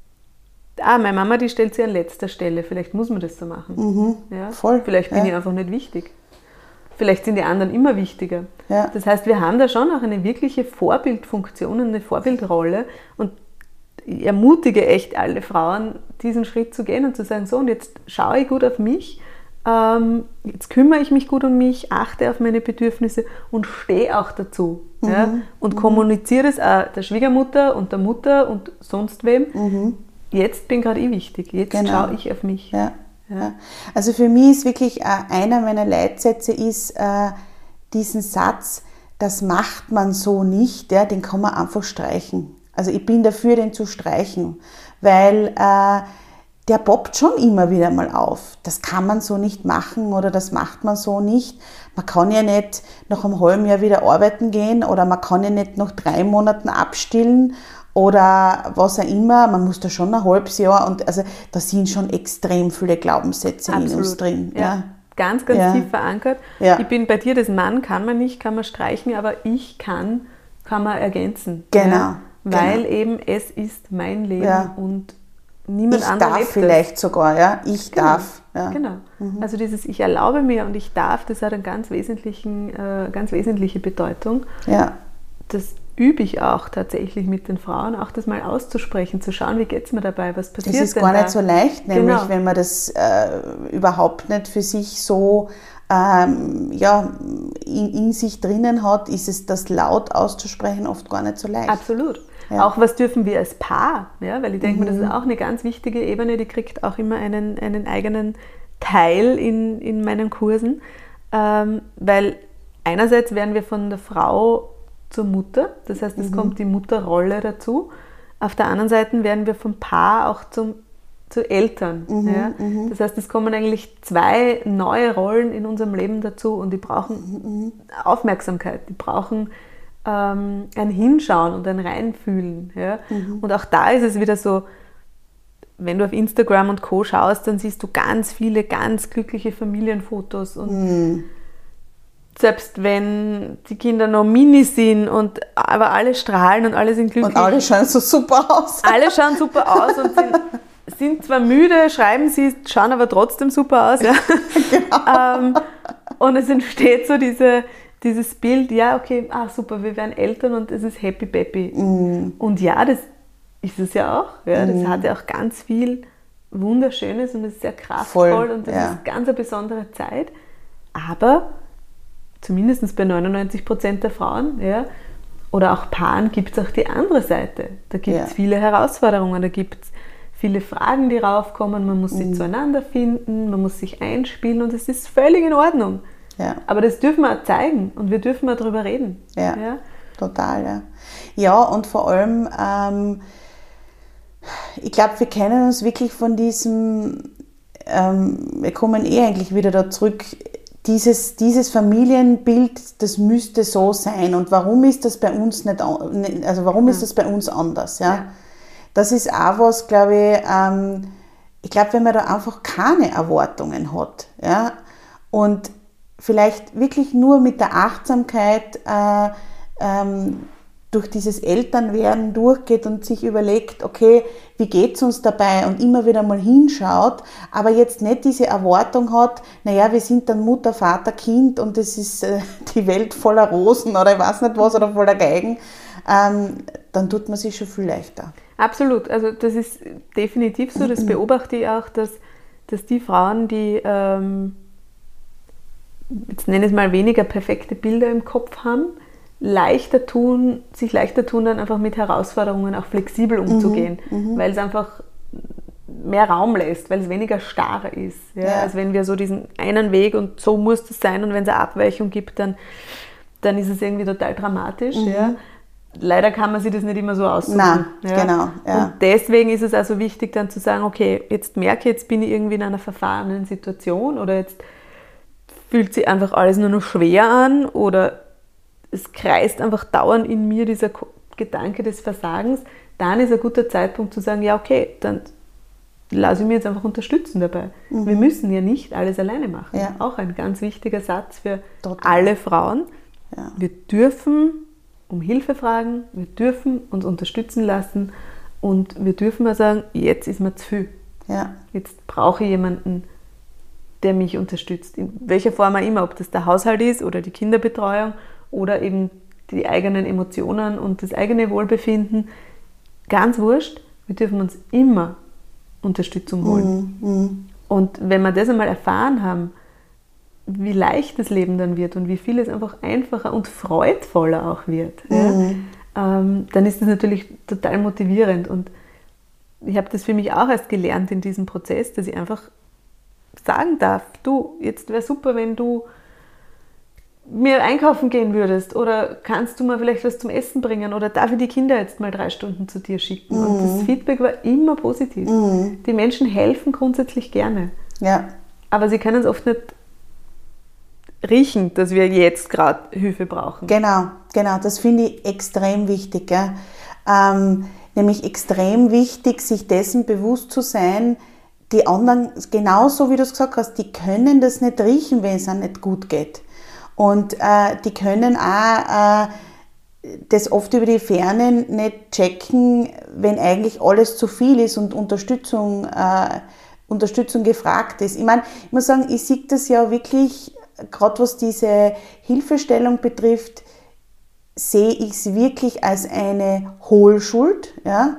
ah, meine Mama, die stellt sie an letzter Stelle, vielleicht muss man das so machen. Mhm. Ja? Voll. Vielleicht bin ja. ich einfach nicht wichtig. Vielleicht sind die anderen immer wichtiger. Ja. Das heißt, wir haben da schon auch eine wirkliche Vorbildfunktion, eine Vorbildrolle, und ich ermutige echt alle Frauen, diesen Schritt zu gehen und zu sagen, so, und jetzt schaue ich gut auf mich, ähm, jetzt kümmere ich mich gut um mich, achte auf meine Bedürfnisse und stehe auch dazu. Mhm. Ja? Und mhm. kommuniziere es auch der Schwiegermutter und der Mutter und sonst wem. Mhm. Jetzt bin gerade ich wichtig, jetzt genau. schaue ich auf mich. Ja. Ja. Also für mich ist wirklich äh, einer meiner Leitsätze ist äh, diesen Satz, das macht man so nicht, ja, den kann man einfach streichen. Also ich bin dafür, den zu streichen, weil äh, der poppt schon immer wieder mal auf. Das kann man so nicht machen oder das macht man so nicht. Man kann ja nicht nach einem halben Jahr wieder arbeiten gehen oder man kann ja nicht nach drei Monaten abstillen oder was auch immer. Man muss da schon ein halbes Jahr, und also da sind schon extrem viele Glaubenssätze Absolut. in uns drin. Ja. Ja. Ganz, ganz ja. tief verankert. Ja. Ich bin bei dir, das Mann kann man nicht, kann man streichen, aber ich kann, kann man ergänzen. Genau. Ja? Weil genau. eben es ist mein Leben ja. und niemand ich anderer darf lebt vielleicht das. sogar, ja, ich genau. darf. Ja. Genau. Mhm. Also dieses ich erlaube mir und ich darf, das hat eine ganz, wesentlichen, äh, ganz wesentliche Bedeutung. Ja. Das übe ich auch tatsächlich mit den Frauen, auch das mal auszusprechen, zu schauen, wie geht es mir dabei, was passiert Das ist denn gar da? nicht so leicht, nämlich genau. wenn man das äh, überhaupt nicht für sich so ähm, ja, in, in sich drinnen hat, ist es das laut auszusprechen oft gar nicht so leicht. Absolut. Ja. Auch was dürfen wir als Paar, ja, weil ich denke mhm. mir, das ist auch eine ganz wichtige Ebene, die kriegt auch immer einen, einen eigenen Teil in, in meinen Kursen, ähm, weil einerseits werden wir von der Frau zur Mutter, das heißt, es mhm. kommt die Mutterrolle dazu, auf der anderen Seite werden wir vom Paar auch zum, zu Eltern. Mhm, ja. mhm. Das heißt, es kommen eigentlich zwei neue Rollen in unserem Leben dazu und die brauchen mhm. Aufmerksamkeit, die brauchen ähm, ein Hinschauen und ein Reinfühlen. Ja. Mhm. Und auch da ist es wieder so, wenn du auf Instagram und Co. schaust, dann siehst du ganz viele ganz glückliche Familienfotos und mhm. selbst wenn die Kinder noch mini sind, und, aber alle strahlen und alle sind glücklich. Und alle schauen so super aus. Alle schauen super aus und sind, sind zwar müde, schreiben sie, schauen aber trotzdem super aus. Ja. Genau. ähm, und es entsteht so diese, dieses Bild, ja okay, ah, super, wir werden Eltern und es ist happy peppy. Mm. Und ja, das ist es ja auch. Ja. Das mm. hat ja auch ganz viel Wunderschönes und es ist sehr kraftvoll. Voll, und das ja. ist ganz eine besondere Zeit. Aber zumindest bei neunundneunzig Prozent der Frauen, ja, oder auch Paaren, gibt es auch die andere Seite. Da gibt es ja. viele Herausforderungen, da gibt es viele Fragen, die raufkommen, man muss sich mhm. zueinander finden, man muss sich einspielen und es ist völlig in Ordnung. Ja. Aber das dürfen wir auch zeigen und wir dürfen auch darüber reden. Ja, ja? total. Ja. ja, und vor allem, ähm, ich glaube, wir kennen uns wirklich von diesem, ähm, wir kommen eh eigentlich wieder da zurück, Dieses, dieses Familienbild, das müsste so sein. Und warum ist das bei uns nicht, also warum ist das bei uns anders? Ja? Ja. Das ist auch was, glaube ich, ähm, ich glaube, wenn man da einfach keine Erwartungen hat, ja, und vielleicht wirklich nur mit der Achtsamkeit äh, ähm, durch dieses Elternwerden durchgeht und sich überlegt, okay, wie geht es uns dabei, und immer wieder mal hinschaut, aber jetzt nicht diese Erwartung hat, naja, wir sind dann Mutter, Vater, Kind und es ist äh, die Welt voller Rosen oder ich weiß nicht was oder voller Geigen, ähm, dann tut man sich schon viel leichter. Absolut, also das ist definitiv so, das beobachte ich auch, dass, dass die Frauen, die ähm, jetzt nenne ich es mal weniger perfekte Bilder im Kopf haben, leichter tun, sich leichter tun, dann einfach mit Herausforderungen auch flexibel umzugehen, mhm, weil es einfach mehr Raum lässt, weil es weniger starr ist. Ja? Ja. Als wenn wir so diesen einen Weg und so muss es sein und wenn es eine Abweichung gibt, dann, dann ist es irgendwie total dramatisch. Mhm. Ja? Leider kann man sich das nicht immer so aussuchen. Nein, ja? genau. Ja. Und deswegen ist es also wichtig dann zu sagen, okay, jetzt merke ich, jetzt bin ich irgendwie in einer verfahrenen Situation oder jetzt fühlt sich einfach alles nur noch schwer an oder es kreist einfach dauernd in mir dieser Gedanke des Versagens, dann ist ein guter Zeitpunkt zu sagen, ja okay, dann lasse ich mich jetzt einfach unterstützen dabei. Mhm. Wir müssen ja nicht alles alleine machen. Ja. Auch ein ganz wichtiger Satz für Total. alle Frauen. Ja. Wir dürfen um Hilfe fragen, wir dürfen uns unterstützen lassen und wir dürfen mal sagen, jetzt ist mir zu viel. Ja. Jetzt brauche ich jemanden, der mich unterstützt. In welcher Form auch immer, ob das der Haushalt ist oder die Kinderbetreuung oder eben die eigenen Emotionen und das eigene Wohlbefinden. Ganz wurscht, wir dürfen uns immer Unterstützung holen. Mhm. Mhm. Und wenn wir das einmal erfahren haben, wie leicht das Leben dann wird und wie viel es einfach einfacher und freudvoller auch wird, mhm. ja, ähm, dann ist das natürlich total motivierend. Und ich habe das für mich auch erst gelernt in diesem Prozess, dass ich einfach sagen darf, du, jetzt wäre super, wenn du mir einkaufen gehen würdest oder kannst du mir vielleicht was zum Essen bringen oder darf ich die Kinder jetzt mal drei Stunden zu dir schicken? Mhm. Und das Feedback war immer positiv. Mhm. Die Menschen helfen grundsätzlich gerne. Ja. Aber sie können es oft nicht riechen, dass wir jetzt gerade Hilfe brauchen. Genau, genau, das finde ich extrem wichtig. Gell? Ähm, nämlich extrem wichtig, sich dessen bewusst zu sein, die anderen, genauso wie du es gesagt hast, die können das nicht riechen, wenn es ihnen nicht gut geht. Und äh, die können auch äh, das oft über die Ferne nicht checken, wenn eigentlich alles zu viel ist und Unterstützung, äh, Unterstützung gefragt ist. Ich meine, ich muss sagen, ich sehe das ja wirklich, gerade was diese Hilfestellung betrifft, sehe ich es wirklich als eine Hohlschuld, ja?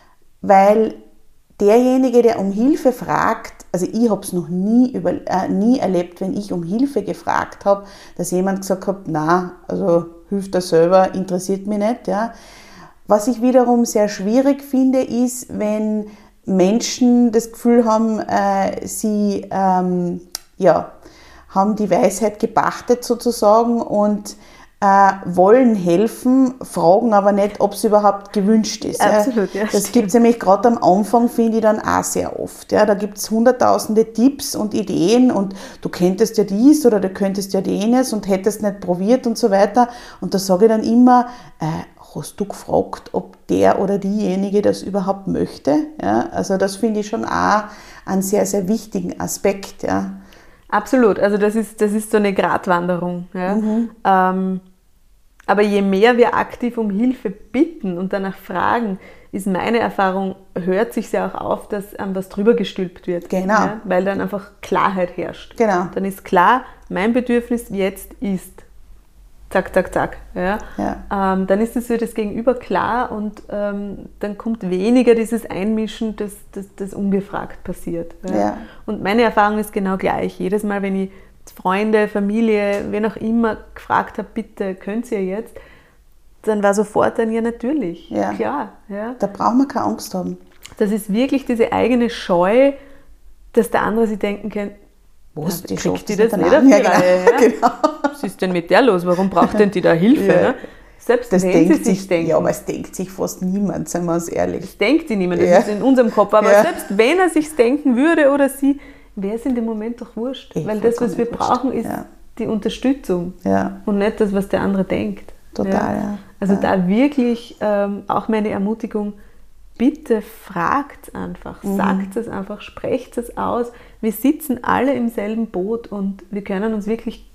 Weil derjenige, der um Hilfe fragt, also ich habe es noch nie, über, äh, nie erlebt, wenn ich um Hilfe gefragt habe, dass jemand gesagt hat, na, also hilft er selber, interessiert mich nicht. Ja. Was ich wiederum sehr schwierig finde, ist, wenn Menschen das Gefühl haben, äh, sie ähm, ja, haben die Weisheit gepachtet sozusagen und äh, wollen helfen, fragen aber nicht, ob es überhaupt gewünscht ist. Absolut, ja. Das gibt es nämlich gerade am Anfang, finde ich, dann auch sehr oft. Ja. Da gibt es hunderttausende Tipps und Ideen und du könntest ja dies oder du könntest ja jenes und hättest nicht probiert und so weiter. Und da sage ich dann immer, äh, hast du gefragt, ob der oder diejenige das überhaupt möchte? Ja. Also das finde ich schon auch einen sehr, sehr wichtigen Aspekt. Ja. Absolut, also das ist, das ist so eine Gratwanderung. Ja. Mhm. Ähm, aber je mehr wir aktiv um Hilfe bitten und danach fragen, ist meine Erfahrung, hört sich ja auch auf, dass einem was drüber gestülpt wird. Genau. Ja, weil dann einfach Klarheit herrscht. Genau. Dann ist klar, mein Bedürfnis jetzt ist zack, zack, zack. Ja. Ja. Ähm, dann ist es für das Gegenüber klar und ähm, dann kommt weniger dieses Einmischen, das, das, das ungefragt passiert. Ja. Ja. Und meine Erfahrung ist genau gleich. Jedes Mal, wenn ich Freunde, Familie, wen auch immer gefragt habe, bitte, könnt ihr jetzt, dann war sofort dann ja natürlich, ja. klar. Ja. Da braucht man keine Angst haben. Das ist wirklich diese eigene Scheu, dass der andere sich denken kann, was, die kriegt die das nicht auf die ja, Reihe? Genau. Ja? Genau. Was ist denn mit der los? Warum braucht denn die da Hilfe? Ja. Ne? Selbst das wenn denkt sie sich denken. Ja, aber es denkt sich fast niemand, seien wir uns ehrlich. Das denkt sich niemand, das ja. ist in unserem Kopf. Aber ja. selbst wenn er sich denken würde oder sie, wäre es in dem Moment doch wurscht. Ich Weil das, was wir wurscht. brauchen, ist ja. die Unterstützung ja. und nicht das, was der andere denkt. Total, ja. ja. Also ja. da wirklich ähm, auch meine Ermutigung, bitte fragt einfach, mhm. sagt es einfach, sprecht es aus. Wir sitzen alle im selben Boot und wir können uns wirklich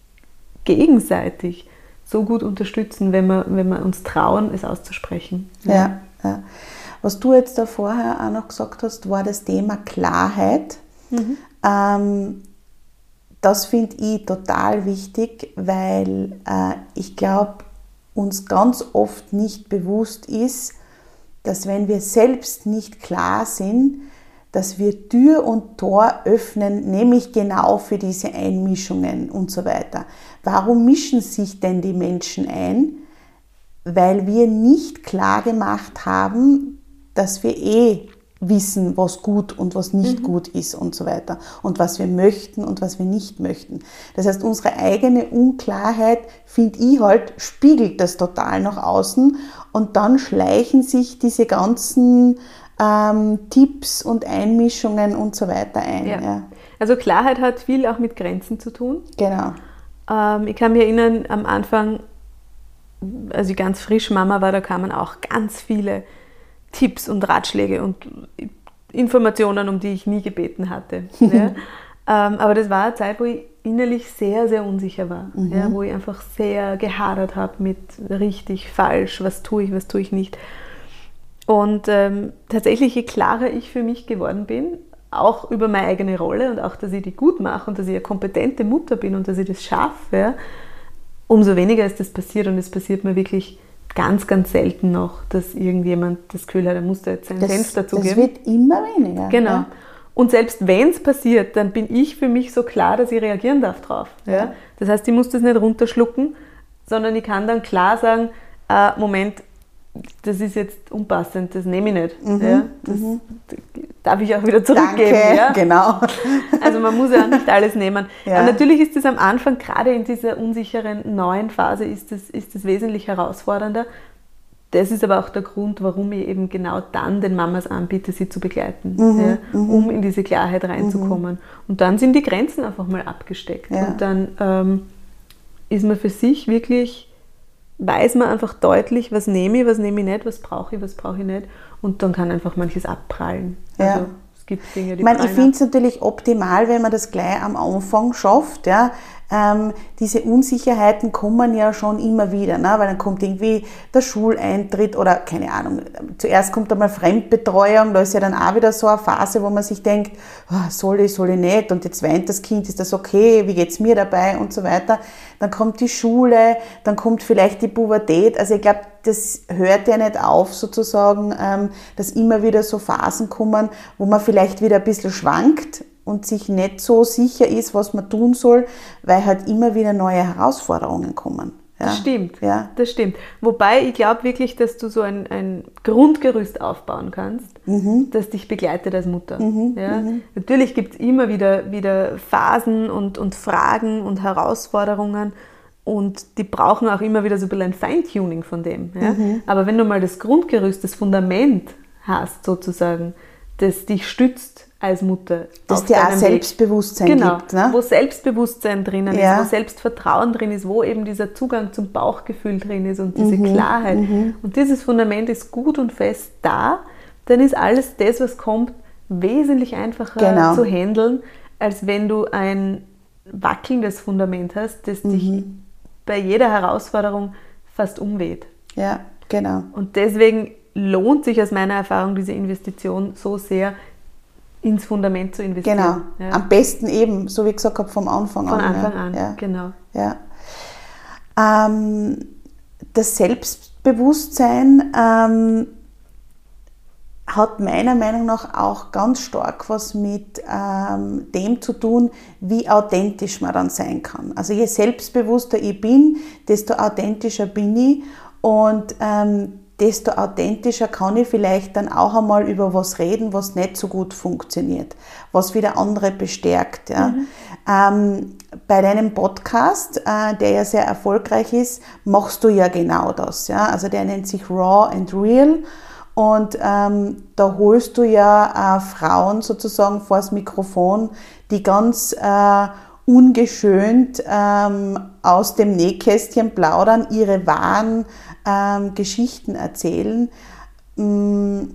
gegenseitig so gut unterstützen, wenn wir, wenn wir uns trauen, es auszusprechen. Ja. Ja, ja. Was du jetzt da vorher auch noch gesagt hast, war das Thema Klarheit. Mhm. Ähm, das finde ich total wichtig, weil äh, ich glaube, uns ganz oft nicht bewusst ist, dass wenn wir selbst nicht klar sind, dass wir Tür und Tor öffnen, nämlich genau für diese Einmischungen und so weiter. Warum mischen sich denn die Menschen ein? weil wir nicht klar gemacht haben, dass wir eh wissen, was gut und was nicht mhm. gut ist und so weiter und was wir möchten und was wir nicht möchten. Das heißt, unsere eigene Unklarheit, finde ich halt, spiegelt das total nach außen und dann schleichen sich diese ganzen ähm, Tipps und Einmischungen und so weiter ein. Ja. Ja. Also Klarheit hat viel auch mit Grenzen zu tun. Genau. Ähm, ich kann mich erinnern, am Anfang, als ich ganz frisch Mama war, da kamen auch ganz viele Tipps und Ratschläge und Informationen, um die ich nie gebeten hatte. Ja. ähm, aber das war eine Zeit, wo ich innerlich sehr, sehr unsicher war. Mhm. Ja, wo ich einfach sehr gehadert habe mit richtig, falsch, was tue ich, was tue ich nicht. Und ähm, tatsächlich, je klarer ich für mich geworden bin, auch über meine eigene Rolle und auch, dass ich die gut mache und dass ich eine kompetente Mutter bin und dass ich das schaffe, ja, umso weniger ist das passiert und es passiert mir wirklich ganz, ganz selten noch, dass irgendjemand das Gefühl hat, er muss da jetzt seinen Senf dazugeben. Das wird immer weniger. Genau. Ja. Und selbst wenn es passiert, dann bin ich für mich so klar, dass ich reagieren darf drauf. Ja? Ja. Das heißt, ich muss das nicht runterschlucken, sondern ich kann dann klar sagen, äh, Moment, das ist jetzt unpassend, das nehme ich nicht. Mhm. Ja? Das mhm. darf ich auch wieder zurückgeben. Danke, ja? genau. Also man muss ja auch nicht alles nehmen. Ja. Aber natürlich ist es am Anfang, gerade in dieser unsicheren neuen Phase, ist es ist es wesentlich herausfordernder. Das ist aber auch der Grund, warum ich eben genau dann den Mamas anbiete, sie zu begleiten, mhm, ja, um mhm. in diese Klarheit reinzukommen. Mhm. Und dann sind die Grenzen einfach mal abgesteckt. Ja. Und dann ähm, ist man für sich wirklich, weiß man einfach deutlich, was nehme ich, was nehme ich nicht, was brauche ich, was brauche ich nicht. Und dann kann einfach manches abprallen. Ja. Also es gibt Dinge, die ich meine, ich prallen finde es natürlich optimal, wenn man das gleich am Anfang schafft. Ja. Ähm, diese Unsicherheiten kommen ja schon immer wieder, ne? Weil dann kommt irgendwie der Schuleintritt oder keine Ahnung, zuerst kommt einmal Fremdbetreuung, da ist ja dann auch wieder so eine Phase, wo man sich denkt, oh, soll ich, soll ich nicht und jetzt weint das Kind, ist das okay, wie geht es mir dabei und so weiter. Dann kommt die Schule, dann kommt vielleicht die Pubertät, also ich glaube, das hört ja nicht auf sozusagen, ähm, dass immer wieder so Phasen kommen, wo man vielleicht wieder ein bisschen schwankt und sich nicht so sicher ist, was man tun soll, weil halt immer wieder neue Herausforderungen kommen. Ja? Das stimmt, ja. das stimmt. Wobei ich glaube wirklich, dass du so ein, ein Grundgerüst aufbauen kannst, mhm. das dich begleitet als Mutter. Mhm. Ja? Mhm. Natürlich gibt es immer wieder, wieder Phasen und, und Fragen und Herausforderungen und die brauchen auch immer wieder so ein bisschen ein Feintuning von dem. Ja? Mhm. Aber wenn du mal das Grundgerüst, das Fundament hast sozusagen, das dich stützt, als Mutter. Dass dir auch Selbstbewusstsein genau, gibt. Ne? Wo Selbstbewusstsein drinnen ja. ist, wo Selbstvertrauen drin ist, wo eben dieser Zugang zum Bauchgefühl drin ist und diese mhm. Klarheit. Mhm. Und dieses Fundament ist gut und fest da, dann ist alles das, was kommt, wesentlich einfacher genau. zu handeln, als wenn du ein wackelndes Fundament hast, das mhm. dich bei jeder Herausforderung fast umweht. Ja, genau. Und deswegen lohnt sich aus meiner Erfahrung diese Investition so sehr, ins Fundament zu investieren. Genau, ja. Am besten eben, so wie ich gesagt habe, vom Anfang Von an. Von Anfang ja. an, ja. genau. Ja. Ähm, das Selbstbewusstsein ähm, hat meiner Meinung nach auch ganz stark was mit ähm, dem zu tun, wie authentisch man dann sein kann. Also je selbstbewusster ich bin, desto authentischer bin ich und ähm, desto authentischer kann ich vielleicht dann auch einmal über was reden, was nicht so gut funktioniert, was wieder andere bestärkt. Ja. Mhm. Ähm, bei deinem Podcast, äh, der ja sehr erfolgreich ist, machst du ja genau das. Ja. Also der nennt sich Raw and Real und ähm, da holst du ja äh, Frauen sozusagen vor das Mikrofon, die ganz äh, ungeschönt ähm, aus dem Nähkästchen plaudern, ihre wahren ähm, Geschichten erzählen. Und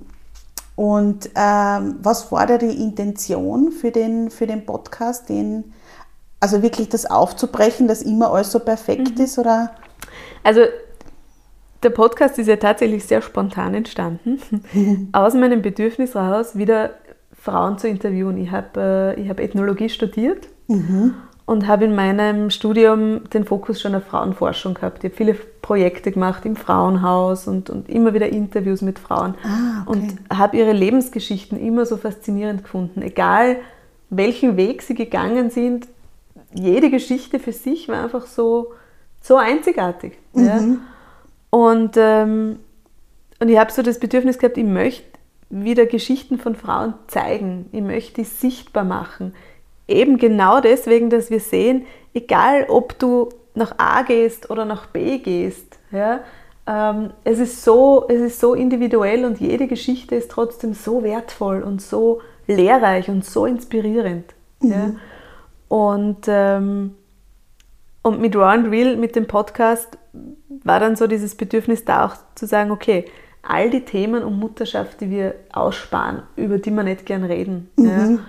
ähm, was war da die Intention für den, für den Podcast? Den, also wirklich das aufzubrechen, dass immer alles so perfekt mhm. ist? Oder? Also der Podcast ist ja tatsächlich sehr spontan entstanden. Mhm. Aus meinem Bedürfnis heraus, wieder Frauen zu interviewen. Ich habe äh, ich hab Ethnologie studiert. Mhm. Und habe in meinem Studium den Fokus schon auf Frauenforschung gehabt. Ich habe viele Projekte gemacht im Frauenhaus und, und immer wieder Interviews mit Frauen. Ah, okay. Und habe ihre Lebensgeschichten immer so faszinierend gefunden. Egal, welchen Weg sie gegangen sind, jede Geschichte für sich war einfach so, so einzigartig. Mhm. Ja. Und, ähm, und ich habe so das Bedürfnis gehabt, ich möchte wieder Geschichten von Frauen zeigen. Ich möchte die sichtbar machen. Eben genau deswegen, dass wir sehen, egal ob du nach A gehst oder nach B gehst, ja, ähm, es ist so, es ist so individuell und jede Geschichte ist trotzdem so wertvoll und so lehrreich und so inspirierend. Mhm. Ja. Und, ähm, und mit Raw and Real, mit dem Podcast, war dann so dieses Bedürfnis da auch zu sagen, okay, all die Themen um Mutterschaft, die wir aussparen, über die wir nicht gern reden, mhm. ja,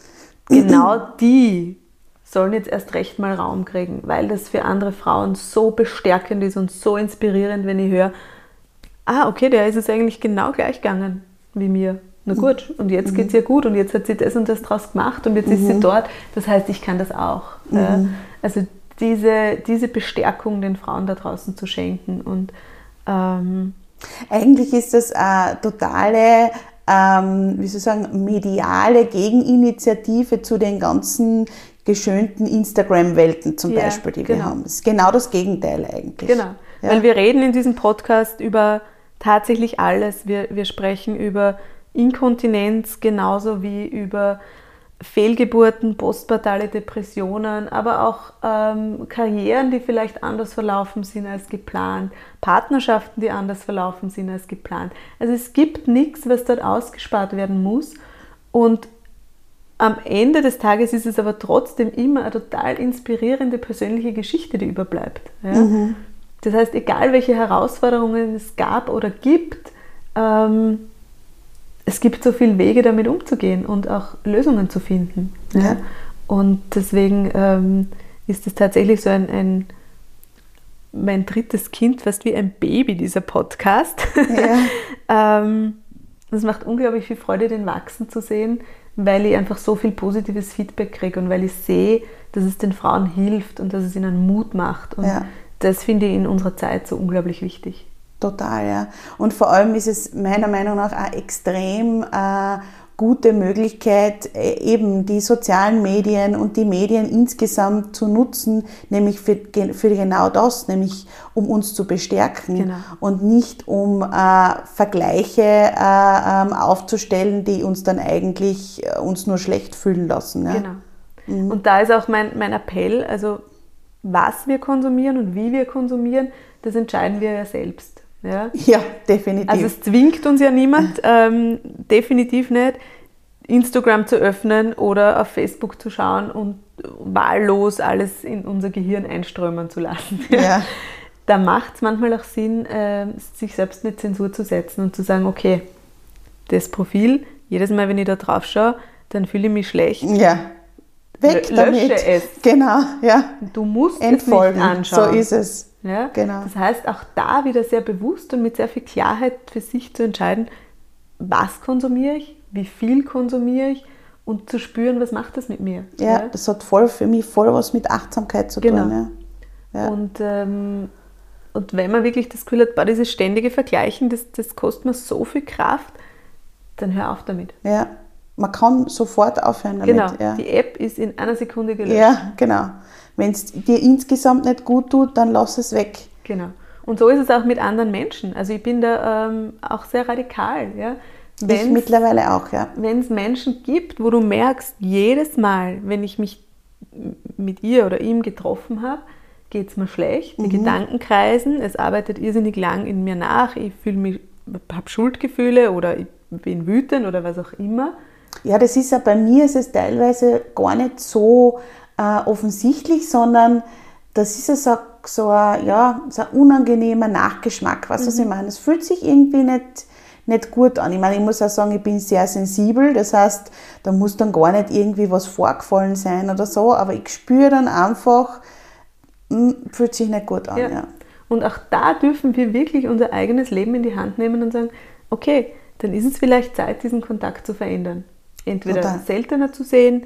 genau die sollen jetzt erst recht mal Raum kriegen, weil das für andere Frauen so bestärkend ist und so inspirierend, wenn ich höre, ah, okay, der ist es eigentlich genau gleich gegangen wie mir. Na gut, und jetzt geht es ihr gut und jetzt hat sie das und das draus gemacht und jetzt mhm. ist sie dort. Das heißt, ich kann das auch. Mhm. Ja. Also diese, diese Bestärkung den Frauen da draußen zu schenken. Und ähm, eigentlich ist das eine totale, ähm, wie soll ich sagen, mediale Gegeninitiative zu den ganzen geschönten Instagram-Welten zum ja, Beispiel, die genau. wir haben. Das ist genau das Gegenteil eigentlich. Genau, ja. Weil wir reden in diesem Podcast über tatsächlich alles. Wir, wir sprechen über Inkontinenz genauso wie über Fehlgeburten, postpartale Depressionen, aber auch ähm, Karrieren, die vielleicht anders verlaufen sind als geplant, Partnerschaften, die anders verlaufen sind als geplant. Also es gibt nichts, was dort ausgespart werden muss, und am Ende des Tages ist es aber trotzdem immer eine total inspirierende persönliche Geschichte, die überbleibt. Ja? Mhm. Das heißt, egal welche Herausforderungen es gab oder gibt, ähm, es gibt so viele Wege, damit umzugehen und auch Lösungen zu finden. Ja. Ja? Und deswegen ähm, ist es tatsächlich so ein, ein mein drittes Kind, fast wie ein Baby, dieser Podcast. Ja. ähm, das macht unglaublich viel Freude, den wachsen zu sehen, weil ich einfach so viel positives Feedback kriege und weil ich sehe, dass es den Frauen hilft und dass es ihnen Mut macht. Und ja. das finde ich in unserer Zeit so unglaublich wichtig. Total, ja. Und vor allem ist es meiner Meinung nach eine extrem äh, gute Möglichkeit, äh, eben die sozialen Medien und die Medien insgesamt zu nutzen, nämlich für, für genau das, nämlich um uns zu bestärken genau. und nicht um äh, Vergleiche äh, ähm, aufzustellen, die uns dann eigentlich äh, uns nur schlecht fühlen lassen. Ja? Genau. Mhm. Und da ist auch mein, mein Appell, also was wir konsumieren und wie wir konsumieren, das entscheiden wir ja selbst. Ja, ja, definitiv. Also es zwingt uns ja niemand, ähm, definitiv nicht, Instagram zu öffnen oder auf Facebook zu schauen und wahllos alles in unser Gehirn einströmen zu lassen. Ja. Da macht es manchmal auch Sinn, äh, sich selbst eine Zensur zu setzen und zu sagen, okay, das Profil, jedes Mal, wenn ich da drauf schaue, dann fühle ich mich schlecht. Ja. Weg L- damit. Lösche es. Genau, ja. Du musst Entfolgen. es nicht anschauen. So ist es. Ja? Genau. Das heißt, auch da wieder sehr bewusst und mit sehr viel Klarheit für sich zu entscheiden, was konsumiere ich, wie viel konsumiere ich und zu spüren, was macht das mit mir. Ja, ja? Das hat voll für mich voll was mit Achtsamkeit zu genau. tun. Ja. Ja. Und, ähm, und wenn man wirklich das Gefühl hat, boah, dieses ständige Vergleichen, das, das kostet mir so viel Kraft, dann hör auf damit. Ja, man kann sofort aufhören damit. Genau, ja. die App ist in einer Sekunde gelöscht. Ja, genau. Wenn es dir insgesamt nicht gut tut, dann lass es weg. Genau. Und so ist es auch mit anderen Menschen. Also ich bin da ähm, auch sehr radikal. Ja? Wenn's, ich mittlerweile auch, ja. Wenn es Menschen gibt, wo du merkst, jedes Mal, wenn ich mich mit ihr oder ihm getroffen habe, geht es mir schlecht, die mhm. Gedanken kreisen, es arbeitet irrsinnig lang in mir nach, ich fühle mich, habe Schuldgefühle oder ich bin wütend oder was auch immer. Ja, das ist ja bei mir, ist es teilweise gar nicht so äh, offensichtlich, sondern das ist ja so, so, ein, ja, so ein unangenehmer Nachgeschmack. Weißt du, mhm. was ich meine? Es fühlt sich irgendwie nicht, nicht gut an. Ich meine, ich muss auch sagen, ich bin sehr sensibel, das heißt, da muss dann gar nicht irgendwie was vorgefallen sein oder so, aber ich spüre dann einfach, mh, fühlt sich nicht gut an. Ja. Ja. Und auch da dürfen wir wirklich unser eigenes Leben in die Hand nehmen und sagen, okay, dann ist es vielleicht Zeit, diesen Kontakt zu verändern. Entweder Total. seltener zu sehen,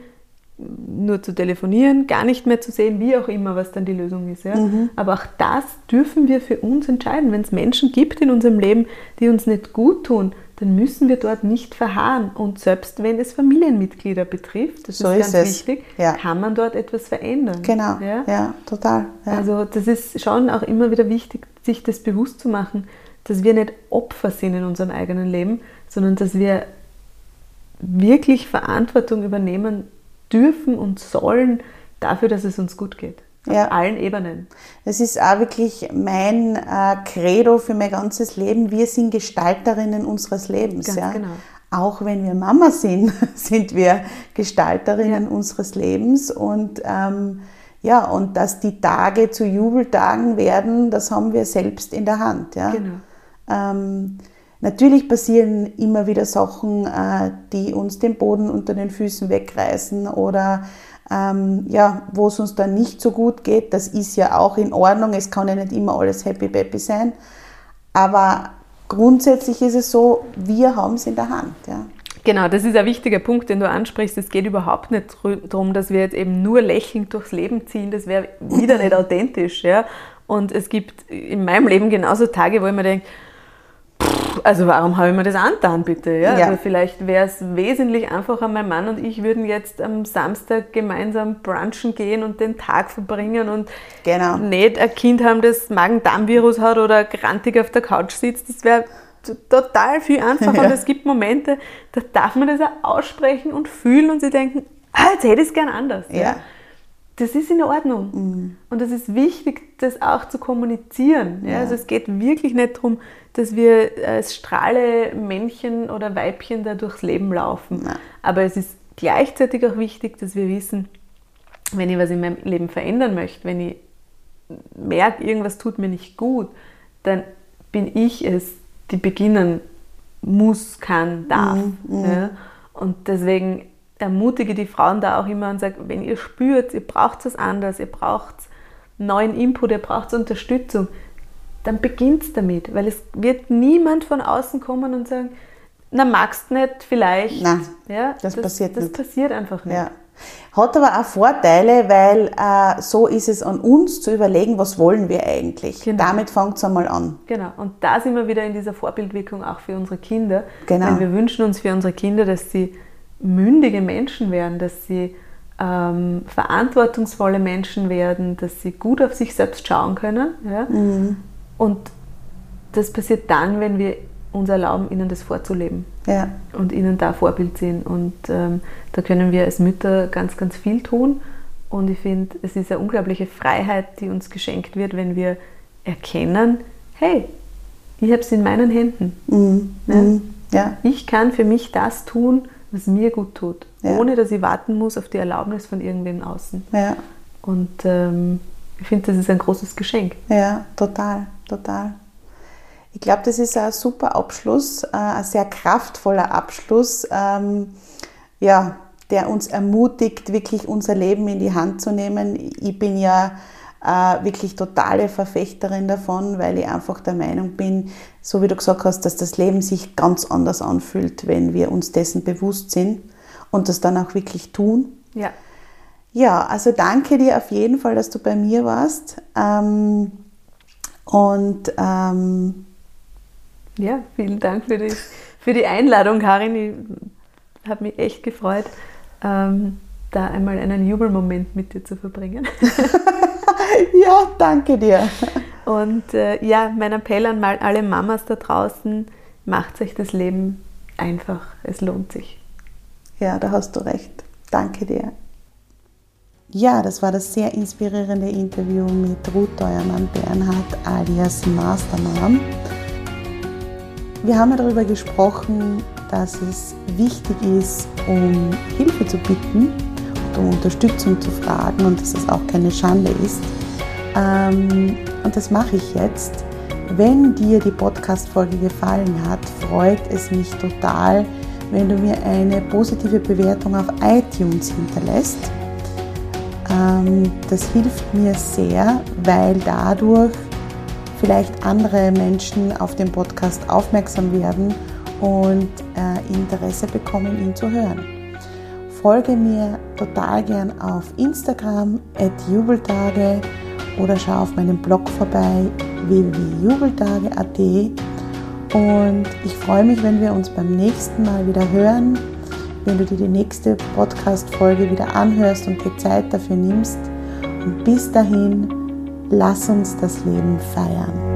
nur zu telefonieren, gar nicht mehr zu sehen, wie auch immer, was dann die Lösung ist. Ja? Mhm. Aber auch das dürfen wir für uns entscheiden. Wenn es Menschen gibt in unserem Leben, die uns nicht gut tun, dann müssen wir dort nicht verharren. Und selbst wenn es Familienmitglieder betrifft, das so ist ist ganz es. wichtig, ja. kann man dort etwas verändern. Genau, ja, ja total. Ja. Also das ist schon auch immer wieder wichtig sich das bewusst zu machen, dass wir nicht Opfer sind in unserem eigenen Leben, sondern dass wir wirklich Verantwortung übernehmen dürfen und sollen dafür, dass es uns gut geht. Ja. Auf allen Ebenen. Das ist auch wirklich mein äh, Credo für mein ganzes Leben. Wir sind Gestalterinnen unseres Lebens. Ganz ja? genau. Auch wenn wir Mama sind, sind wir Gestalterinnen Ja. unseres Lebens. Und ähm, ja, und dass die Tage zu Jubeltagen werden, das haben wir selbst in der Hand. Ja? Genau. Ähm, natürlich passieren immer wieder Sachen, äh, die uns den Boden unter den Füßen wegreißen oder ähm, ja, wo es uns dann nicht so gut geht. Das ist ja auch in Ordnung. Es kann ja nicht immer alles happy-peppy sein. Aber grundsätzlich ist es so, wir haben es in der Hand. Ja. Genau, das ist ein wichtiger Punkt, den du ansprichst. Es geht überhaupt nicht darum, dass wir jetzt eben nur lächelnd durchs Leben ziehen. Das wäre wieder nicht authentisch. Ja? Und es gibt in meinem Leben genauso Tage, wo ich mir denke, also warum habe ich mir das angetan, bitte? Ja? Ja. Also vielleicht wäre es wesentlich einfacher, mein Mann und ich würden jetzt am Samstag gemeinsam brunchen gehen und den Tag verbringen und Genau. nicht ein Kind haben, das Magen-Darm-Virus hat oder grantig auf der Couch sitzt. Das wäre total viel einfacher. Ja. Und es gibt Momente, da darf man das auch aussprechen und fühlen und sie denken, ah, jetzt hätte ich es gern anders. Ja. Ja. Das ist in Ordnung. Mhm. Und es ist wichtig, das auch zu kommunizieren. Ja? Ja. Also es geht wirklich nicht darum, dass wir als strahle Männchen oder Weibchen da durchs Leben laufen. Nein. Aber es ist gleichzeitig auch wichtig, dass wir wissen, wenn ich was in meinem Leben verändern möchte, wenn ich merke, irgendwas tut mir nicht gut, dann bin ich es, die beginnen muss, kann, darf. Mhm. Ja? Und deswegen ermutige die Frauen da auch immer und sage, wenn ihr spürt, ihr braucht es anders, ihr braucht neuen Input, ihr braucht Unterstützung, dann beginnt damit, weil es wird niemand von außen kommen und sagen, na magst du nicht, vielleicht. Nein, ja, das passiert das nicht. Das passiert einfach nicht. Ja. Hat aber auch Vorteile, weil äh, so ist es an uns zu überlegen, was wollen wir eigentlich. Genau. Damit fängt es einmal an. Genau, und da sind wir wieder in dieser Vorbildwirkung auch für unsere Kinder. Genau. Weil wir wünschen uns für unsere Kinder, dass sie mündige Menschen werden, dass sie ähm, verantwortungsvolle Menschen werden, dass sie gut auf sich selbst schauen können. Ja? Mhm. Und das passiert dann, wenn wir uns erlauben, ihnen das vorzuleben Ja. und ihnen da Vorbild sind. Und ähm, da können wir als Mütter ganz, ganz viel tun. Und ich finde, es ist eine unglaubliche Freiheit, die uns geschenkt wird, wenn wir erkennen, hey, ich habe es in meinen Händen. Mhm. Ja? Mhm. Ja. Ich kann für mich das tun, was mir gut tut, Ja. ohne dass ich warten muss auf die Erlaubnis von irgendwem außen. Ja. Und ähm, ich finde, das ist ein großes Geschenk. Ja, total, total. Ich glaube, das ist ein super Abschluss, äh, ein sehr kraftvoller Abschluss, ähm, ja, der uns ermutigt, wirklich unser Leben in die Hand zu nehmen. Ich bin ja äh, wirklich totale Verfechterin davon, weil ich einfach der Meinung bin, so wie du gesagt hast, dass das Leben sich ganz anders anfühlt, wenn wir uns dessen bewusst sind und das dann auch wirklich tun. Ja. Ja, also danke dir auf jeden Fall, dass du bei mir warst. Ähm, und ähm, Ja, vielen Dank für die, für die Einladung, Karin. Ich habe mich echt gefreut, ähm, da einmal einen Jubelmoment mit dir zu verbringen. ja, danke dir. Und äh, ja, mein Appell an mal alle Mamas da draußen, macht euch das Leben einfach. Es lohnt sich. Ja, da hast du recht. Danke dir. Ja, das war das sehr inspirierende Interview mit Ruth Deuermann-Bernhardt alias Mastermom. Wir haben ja darüber gesprochen, dass es wichtig ist, um Hilfe zu bitten und um Unterstützung zu fragen und dass es auch keine Schande ist. Ähm, und das mache ich jetzt. Wenn dir die Podcast-Folge gefallen hat, freut es mich total, wenn du mir eine positive Bewertung auf iTunes hinterlässt. Ähm, das hilft mir sehr, weil dadurch vielleicht andere Menschen auf den Podcast aufmerksam werden und äh, Interesse bekommen, ihn zu hören. Folge mir total gern auf Instagram at jubeltage oder schau auf meinem Blog vorbei w w w punkt jubeltage punkt a t und ich freue mich, wenn wir uns beim nächsten Mal wieder hören, wenn du dir die nächste Podcast-Folge wieder anhörst und dir Zeit dafür nimmst. Und bis dahin, lass uns das Leben feiern.